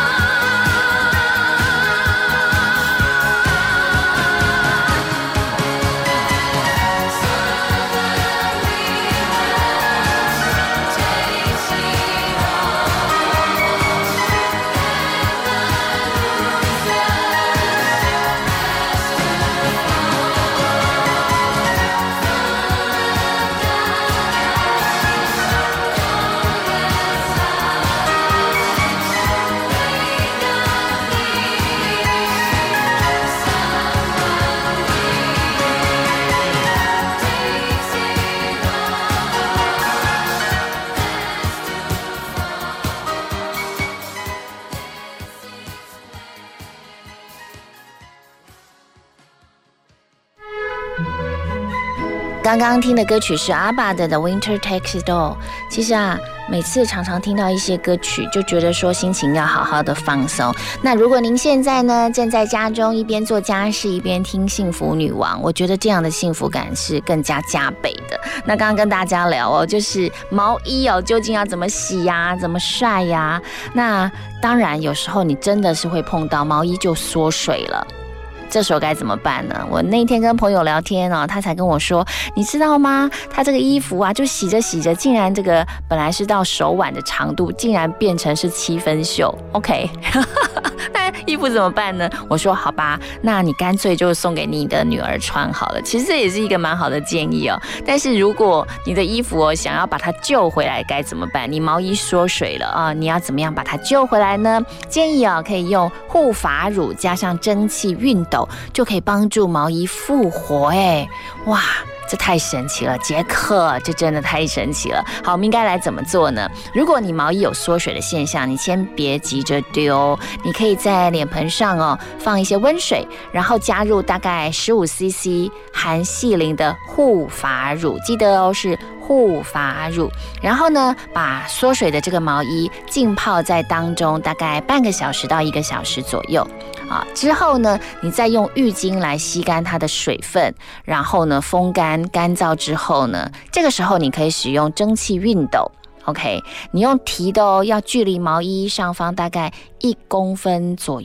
刚刚听的歌曲是阿爸的《The Winter Takes It All》。其实啊，每次常常听到一些歌曲，就觉得说心情要好好的放松。那如果您现在呢正在家中一边做家事一边听幸福女王，我觉得这样的幸福感是更加加倍的。那刚刚跟大家聊哦，就是毛衣哦，究竟要怎么洗呀，怎么晒呀？那当然有时候你真的是会碰到毛衣就缩水了。这时候该怎么办呢？我那天跟朋友聊天哦，他才跟我说，你知道吗？他这个衣服啊，就洗着洗着，竟然这个本来是到手腕的长度，竟然变成是7分袖。OK， 那衣服怎么办呢？我说好吧，那你干脆就送给你的女儿穿好了。其实这也是一个蛮好的建议哦。但是如果你的衣服哦想要把它救回来，该怎么办？你毛衣缩水了啊，你要怎么样把它救回来呢？建议可以用护发乳加上蒸汽熨斗，就可以帮助毛衣复活。哇，这太神奇了，杰克，这真的太神奇了。好，我们应该来怎么做呢？如果你毛衣有缩水的现象，你先别急着丢，你可以在脸盆上放一些温水，然后加入大概15cc 含细磷的护发乳，记得是护发乳，然后呢，把缩水的这个毛衣浸泡在当中，大概半个小时到1个小时左右。之后呢，你再用浴巾来吸干它的水分，然后呢，风干干燥之后呢，这个时候你可以使用蒸汽熨斗。OK， 你用提的要距离毛衣上方大概1公分左右。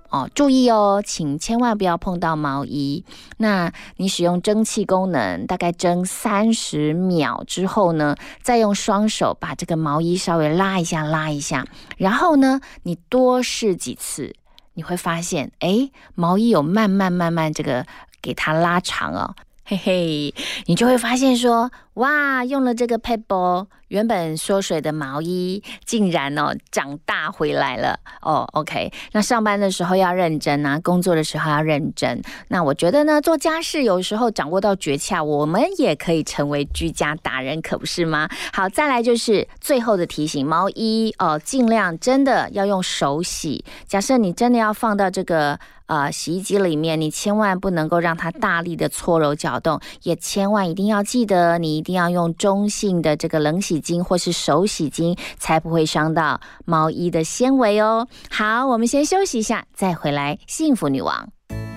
注意哦，请千万不要碰到毛衣。那你使用蒸汽功能，大概蒸30秒之后呢，再用双手把这个毛衣稍微拉一下，然后呢，你多试几次，你会发现，毛衣有慢慢这个给它拉长哦。嘿嘿，你就会发现说，哇，用了这个 Pebble， 原本缩水的毛衣竟然长大回来了OK， 那上班的时候要认真啊，工作的时候要认真。那我觉得呢，做家事有时候掌握到诀窍，我们也可以成为居家达人，可不是吗？好，再来就是最后的提醒，毛衣尽量真的要用手洗。假设你真的要放到这个洗衣机里面，你千万不能够让它大力的搓揉搅动，也千万一定要记得，你一定要用中性的这个冷洗精或是手洗精，才不会伤到毛衣的纤维哦。好，我们先休息一下，再回来幸福女王。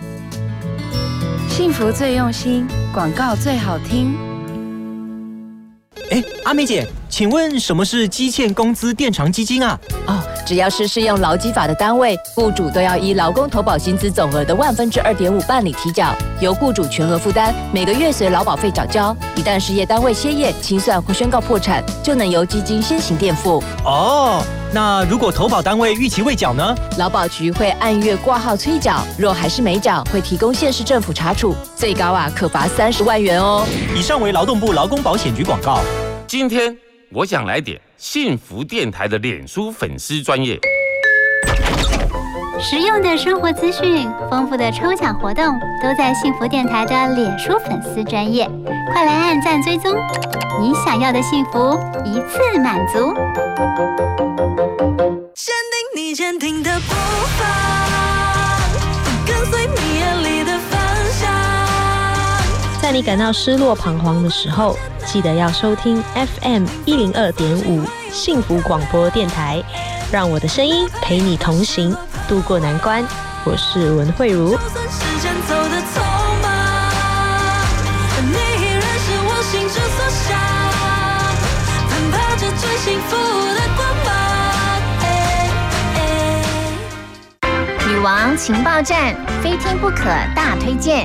幸福最用心，广告最好听。 阿美姐，请问什么是基欠工资垫偿基金啊？ 只要是适用劳基法的单位，雇主都要依劳工投保薪资总额的2/2.5办理提缴，由雇主全额负担，每个月随劳保费缴交。一旦事业单位歇业、清算或宣告破产，就能由基金先行垫付。 那如果投保单位逾期未缴呢？ 劳保局会按月挂号催缴，若还是没缴，会提供县市政府查处，最高可罚30万元哦。 以上为劳动部劳工保险局广告。 今天我想来点幸福电台的脸书粉丝专页， 实用的生活资讯，丰富的抽奖活动，都在幸福电台的脸书粉丝专页，快来按赞追踪，你想要的幸福一次满足。 坚定你坚定的步伐，跟随你眼里的方向。 在你感到失落彷徨的时候，记得要收听 FM 102.5幸福广播电台，让我的声音陪你同行，度过难关。我是文慧茹。 就算时间走得匆忙，你依然是我心之所向，奔跑着最幸福的光芒。 女王情报站，非听不可大推荐。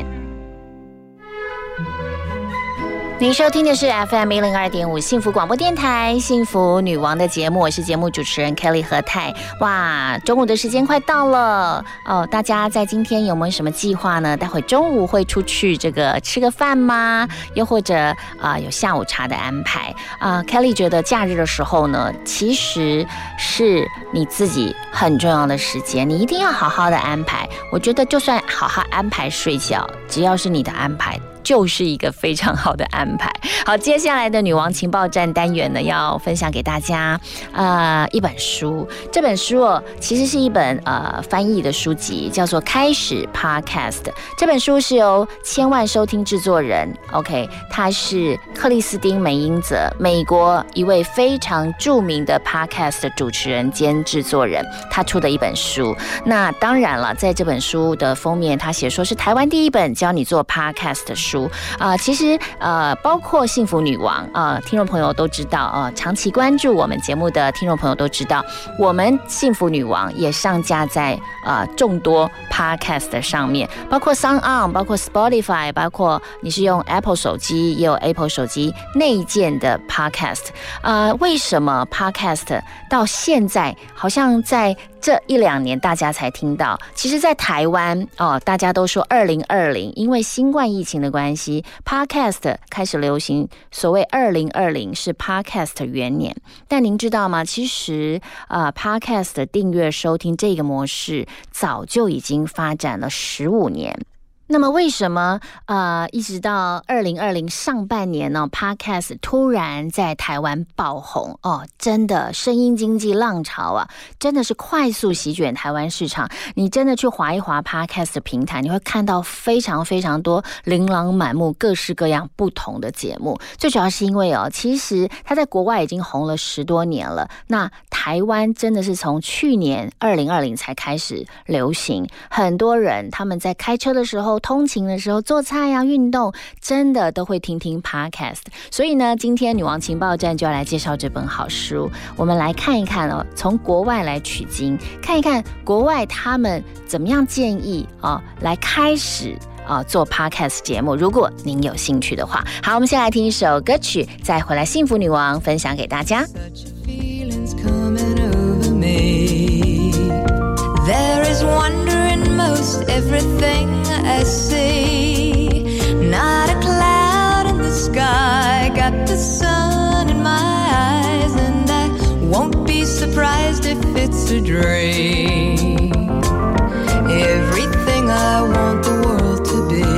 您收听的是 FM 102.5幸福广播电台幸福女王的节目，我是节目主持人 Kelly 何太。哇，中午的时间快到了大家在今天有没有什么计划呢？待会中午会出去这个吃个饭吗？又或者有下午茶的安排Kelly 觉得假日的时候呢，其实是你自己很重要的时间，你一定要好好的安排。我觉得就算好好安排睡觉，只要是你的安排，就是一个非常好的安排。好，接下来的女王情报站单元呢，要分享给大家一本书。这本书其实是一本翻译的书籍，叫做《开始 Podcast》。这本书是由千万收听制作人 OK， 他是克里斯汀·梅因泽，美国一位非常著名的 Podcast 主持人兼制作人，他出的一本书。那当然了，在这本书的封面，他写说是台湾第一本教你做 Podcast 的书。其实包括幸福女王听众朋友都知道长期关注我们节目的听众朋友都知道，我们幸福女王也上架在众多 podcast 上面，包括 SoundOn， 包括 Spotify， 包括你是用 Apple 手机也有 Apple 手机内建的 podcast。为什么 podcast 到现在好像在这1-2年大家才听到？其实在台湾大家都说2020因为新冠疫情的关系 podcast 开始流行，所谓2020是 podcast 元年。但您知道吗？其实podcast 的订阅收听这个模式早就已经发展了15年。那么为什么一直到2020上半年呢 Podcast 突然在台湾爆红真的声音经济浪潮真的是快速席卷台湾市场。你真的去滑一滑 Podcast 的平台，你会看到非常非常多琳琅满目各式各样不同的节目。最主要是因为其实它在国外已经红了10多年了，那台湾真的是从去年2020才开始流行。很多人他们在开车的时候候、通勤的时候、做菜啊、运动，真的都会听听 podcast。所以呢，今天女王情报站就要来介绍这本好书，我们来看一看哦，从国外来取经，看一看国外他们怎么样建议来开始做 podcast 节目。如果您有兴趣的话，好，我们先来听一首歌曲，再回来幸福女王分享给大家。 There is wonder in most everything I see. Not a cloud in the sky, got the sun in my eyes, and I won't be surprised if it's a dream. Everything I want the world to be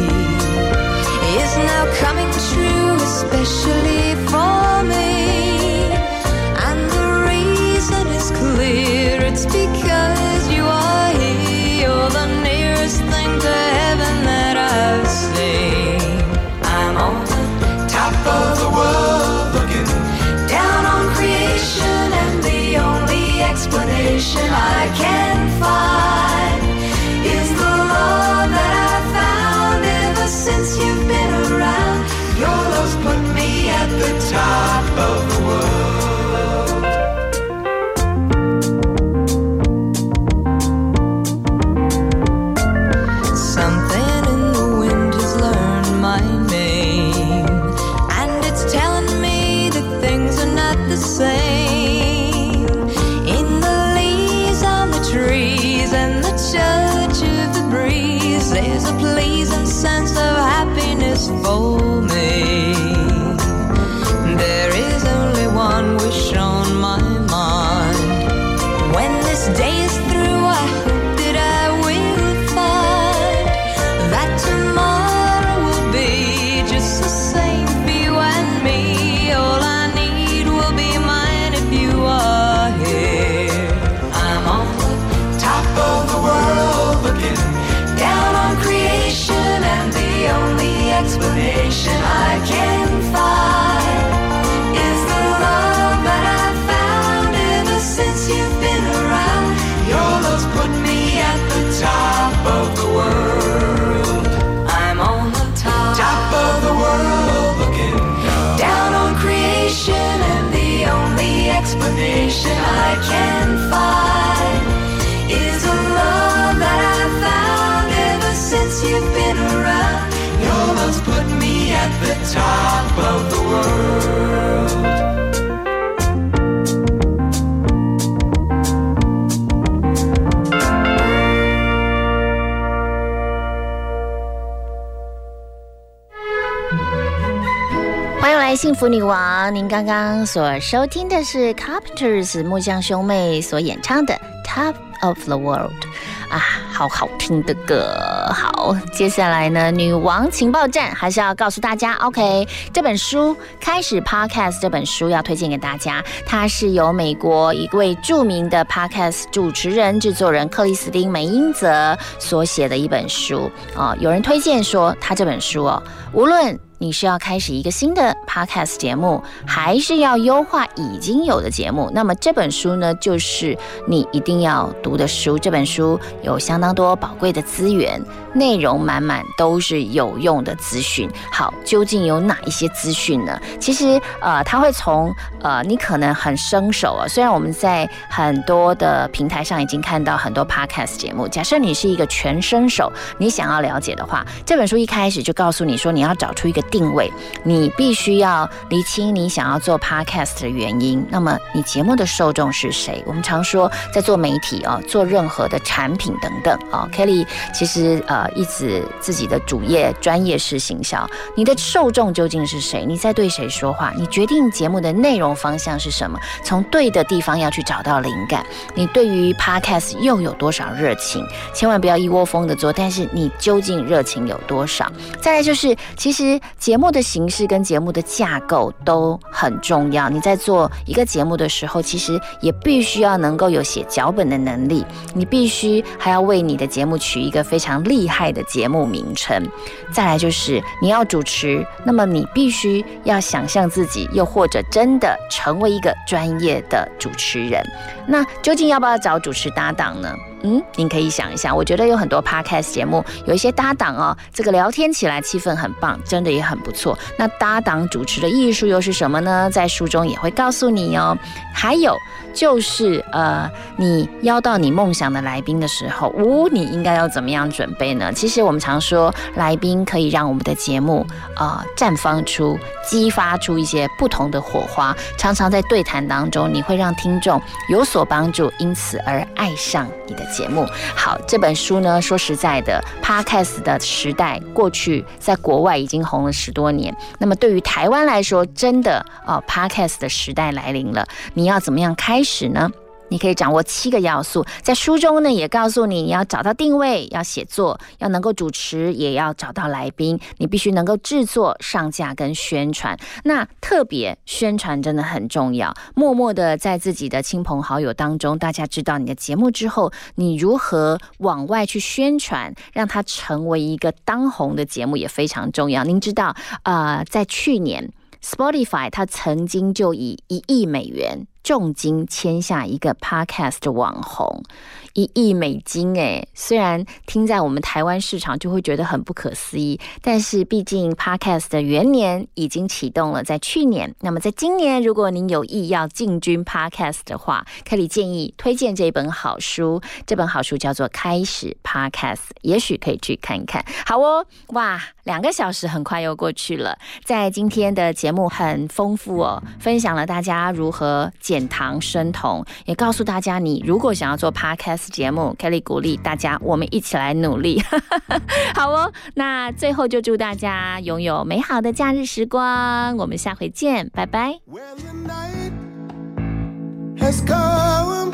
is now coming true, especially for me. And the reason is clear, it's because you are here. You're the nearest thing to heaven that I've seen. I'm on the top of the world, looking down on creation, and the only explanation I can find is the love that I found ever since you've been around. Your love's put me at the top of the world. Something in the wind has learned my name, and it's telling me that things are not the same. In the leaves on the trees and the touch of the breeze, there's a pleasing sense of happiness for me. There is only one wish on my mind. When this day is through, I hope that I will find that tomorrow will be just the same for you and me. All I need will be mine if you are here. I'm on the top of the world, looking down on creation, and the only explanation I can find is the love that I found ever since you've been around. Your love's put me at the top of the world. I'm on the top of the world, looking down on creation, and the only explanation I can find is a love that I found ever since you've been around. Your love's put me at the top of the world. 欢迎来幸福女王，您刚刚所收听的是 Carpenters 木匠兄妹所演唱的 Top of the World 啊，好好听的歌。好，接下来呢，女王情报站还是要告诉大家 ，OK， 这本书开始 Podcast 这本书要推荐给大家，它是由美国一位著名的 Podcast 主持人、制作人克里斯汀·梅因泽所写的一本书有人推荐说，他这本书无论你是要开始一个新的 podcast 节目，还是要优化已经有的节目，那么这本书呢，就是你一定要读的书。这本书有相当多宝贵的资源，内容满满都是有用的资讯。好，究竟有哪一些资讯呢？其实它会从你可能很生手虽然我们在很多的平台上已经看到很多 podcast 节目，假设你是一个全生手，你想要了解的话，这本书一开始就告诉你说，你要找出一个定位，你必须要厘清你想要做 podcast 的原因。那么你节目的受众是谁？我们常说在做媒体做任何的产品等等Kelly 其实一直自己的主业专业是行销。你的受众究竟是谁？你在对谁说话？你决定节目的内容方向是什么？从对的地方要去找到灵感。你对于 podcast 又有多少热情？千万不要一窝蜂的做，但是你究竟热情有多少？再来就是，其实节目的形式跟节目的架构都很重要。你在做一个节目的时候，其实也必须要能够有写脚本的能力，你必须还要为你的节目取一个非常厉害的节目名称。再来就是你要主持，那么你必须要想象自己，又或者真的成为一个专业的主持人。那究竟要不要找主持搭档呢？ 您可以想一想，我觉得有很多 podcast 节目有一些搭档哦，这个聊天起来气氛很棒，真的也很不错。那搭档主持的艺术又是什么呢？在书中也会告诉你哦。还有就是你邀到你梦想的来宾的时候，你应该要怎么样准备呢？其实我们常说，来宾可以让我们的节目绽放出、激发出一些不同的火花。常常在对谈当中，你会让听众有所帮助，因此而爱上你的节目。好，这本书呢，说实在的 ，Podcast 的时代过去在国外已经红了10多年。那么对于台湾来说，真的Podcast 的时代来临了。你要怎么样开始呢？你可以掌握7个要素，在书中呢也告诉你要找到定位，要写作，要能够主持，也要找到来宾，你必须能够制作、上架跟宣传。那特别宣传真的很重要，默默的在自己的亲朋好友当中，大家知道你的节目之后，你如何往外去宣传，让它成为一个当红的节目也非常重要。您知道在去年Spotify 它曾经就以$1亿重金签下一个 podcast 网红，$1亿哎，虽然听在我们台湾市场就会觉得很不可思议，但是毕竟 podcast 的元年已经启动了，在去年。那么在今年，如果您有意要进军 podcast 的话，Kelly 建议推荐这本好书，这本好书叫做《开始 podcast》，也许可以去看一看。好哦，哇，2个小时很快又过去了，在今天的节目很丰富哦，分享了大家如何减糖生酮，也告诉大家你如果想要做 podcast 节目 Kelly 鼓励大家我们一起来努力好哦，那最后就祝大家拥有美好的假日时光，我们下回见，拜拜。 has come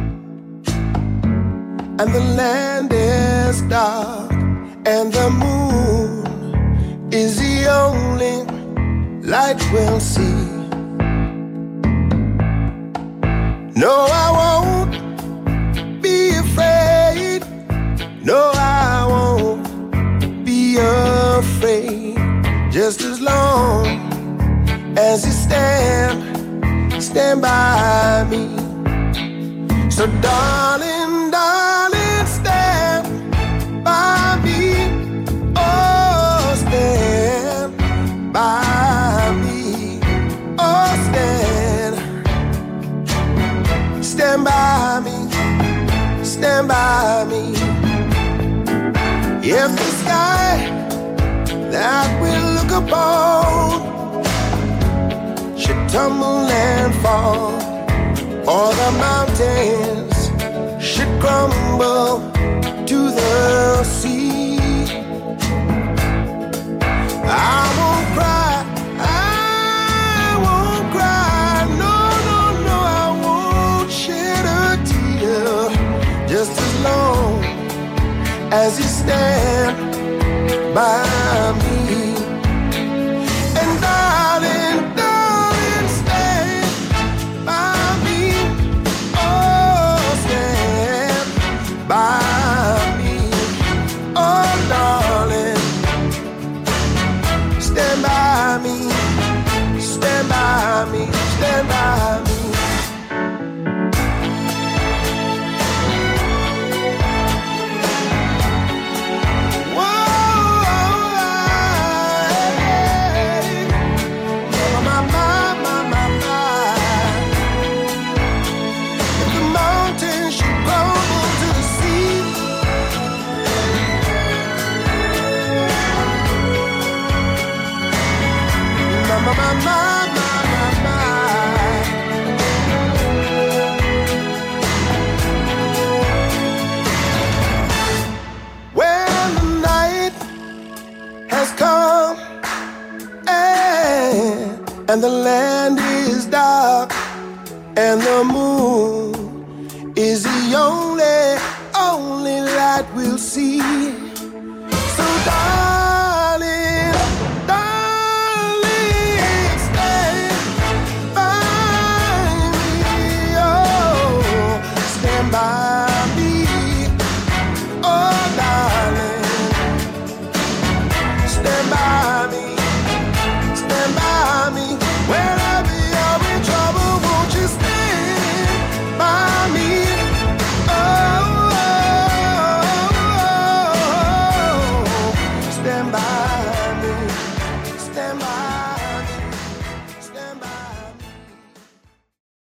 and the land is dark and the moon is the only light we'll see. No, I won't be afraid. No, I won't be afraid. Just as long as you stand by me. So darling, darling, stand by me. Oh, stand by me. Oh, stand by me, stand by me. If the sky that we look upon should tumble and fall, or the mountains should crumble to the sea, I won't cry, I won't cry, no, no, no, I won't shed a tear, just as long as you stand by me. And darling, darling, stand by me. Oh, stand by me. Oh, darling, stand by me. Stand by me. Stand by me. When the night has come and the land is dark and the moon is the only light we'll see. So dark.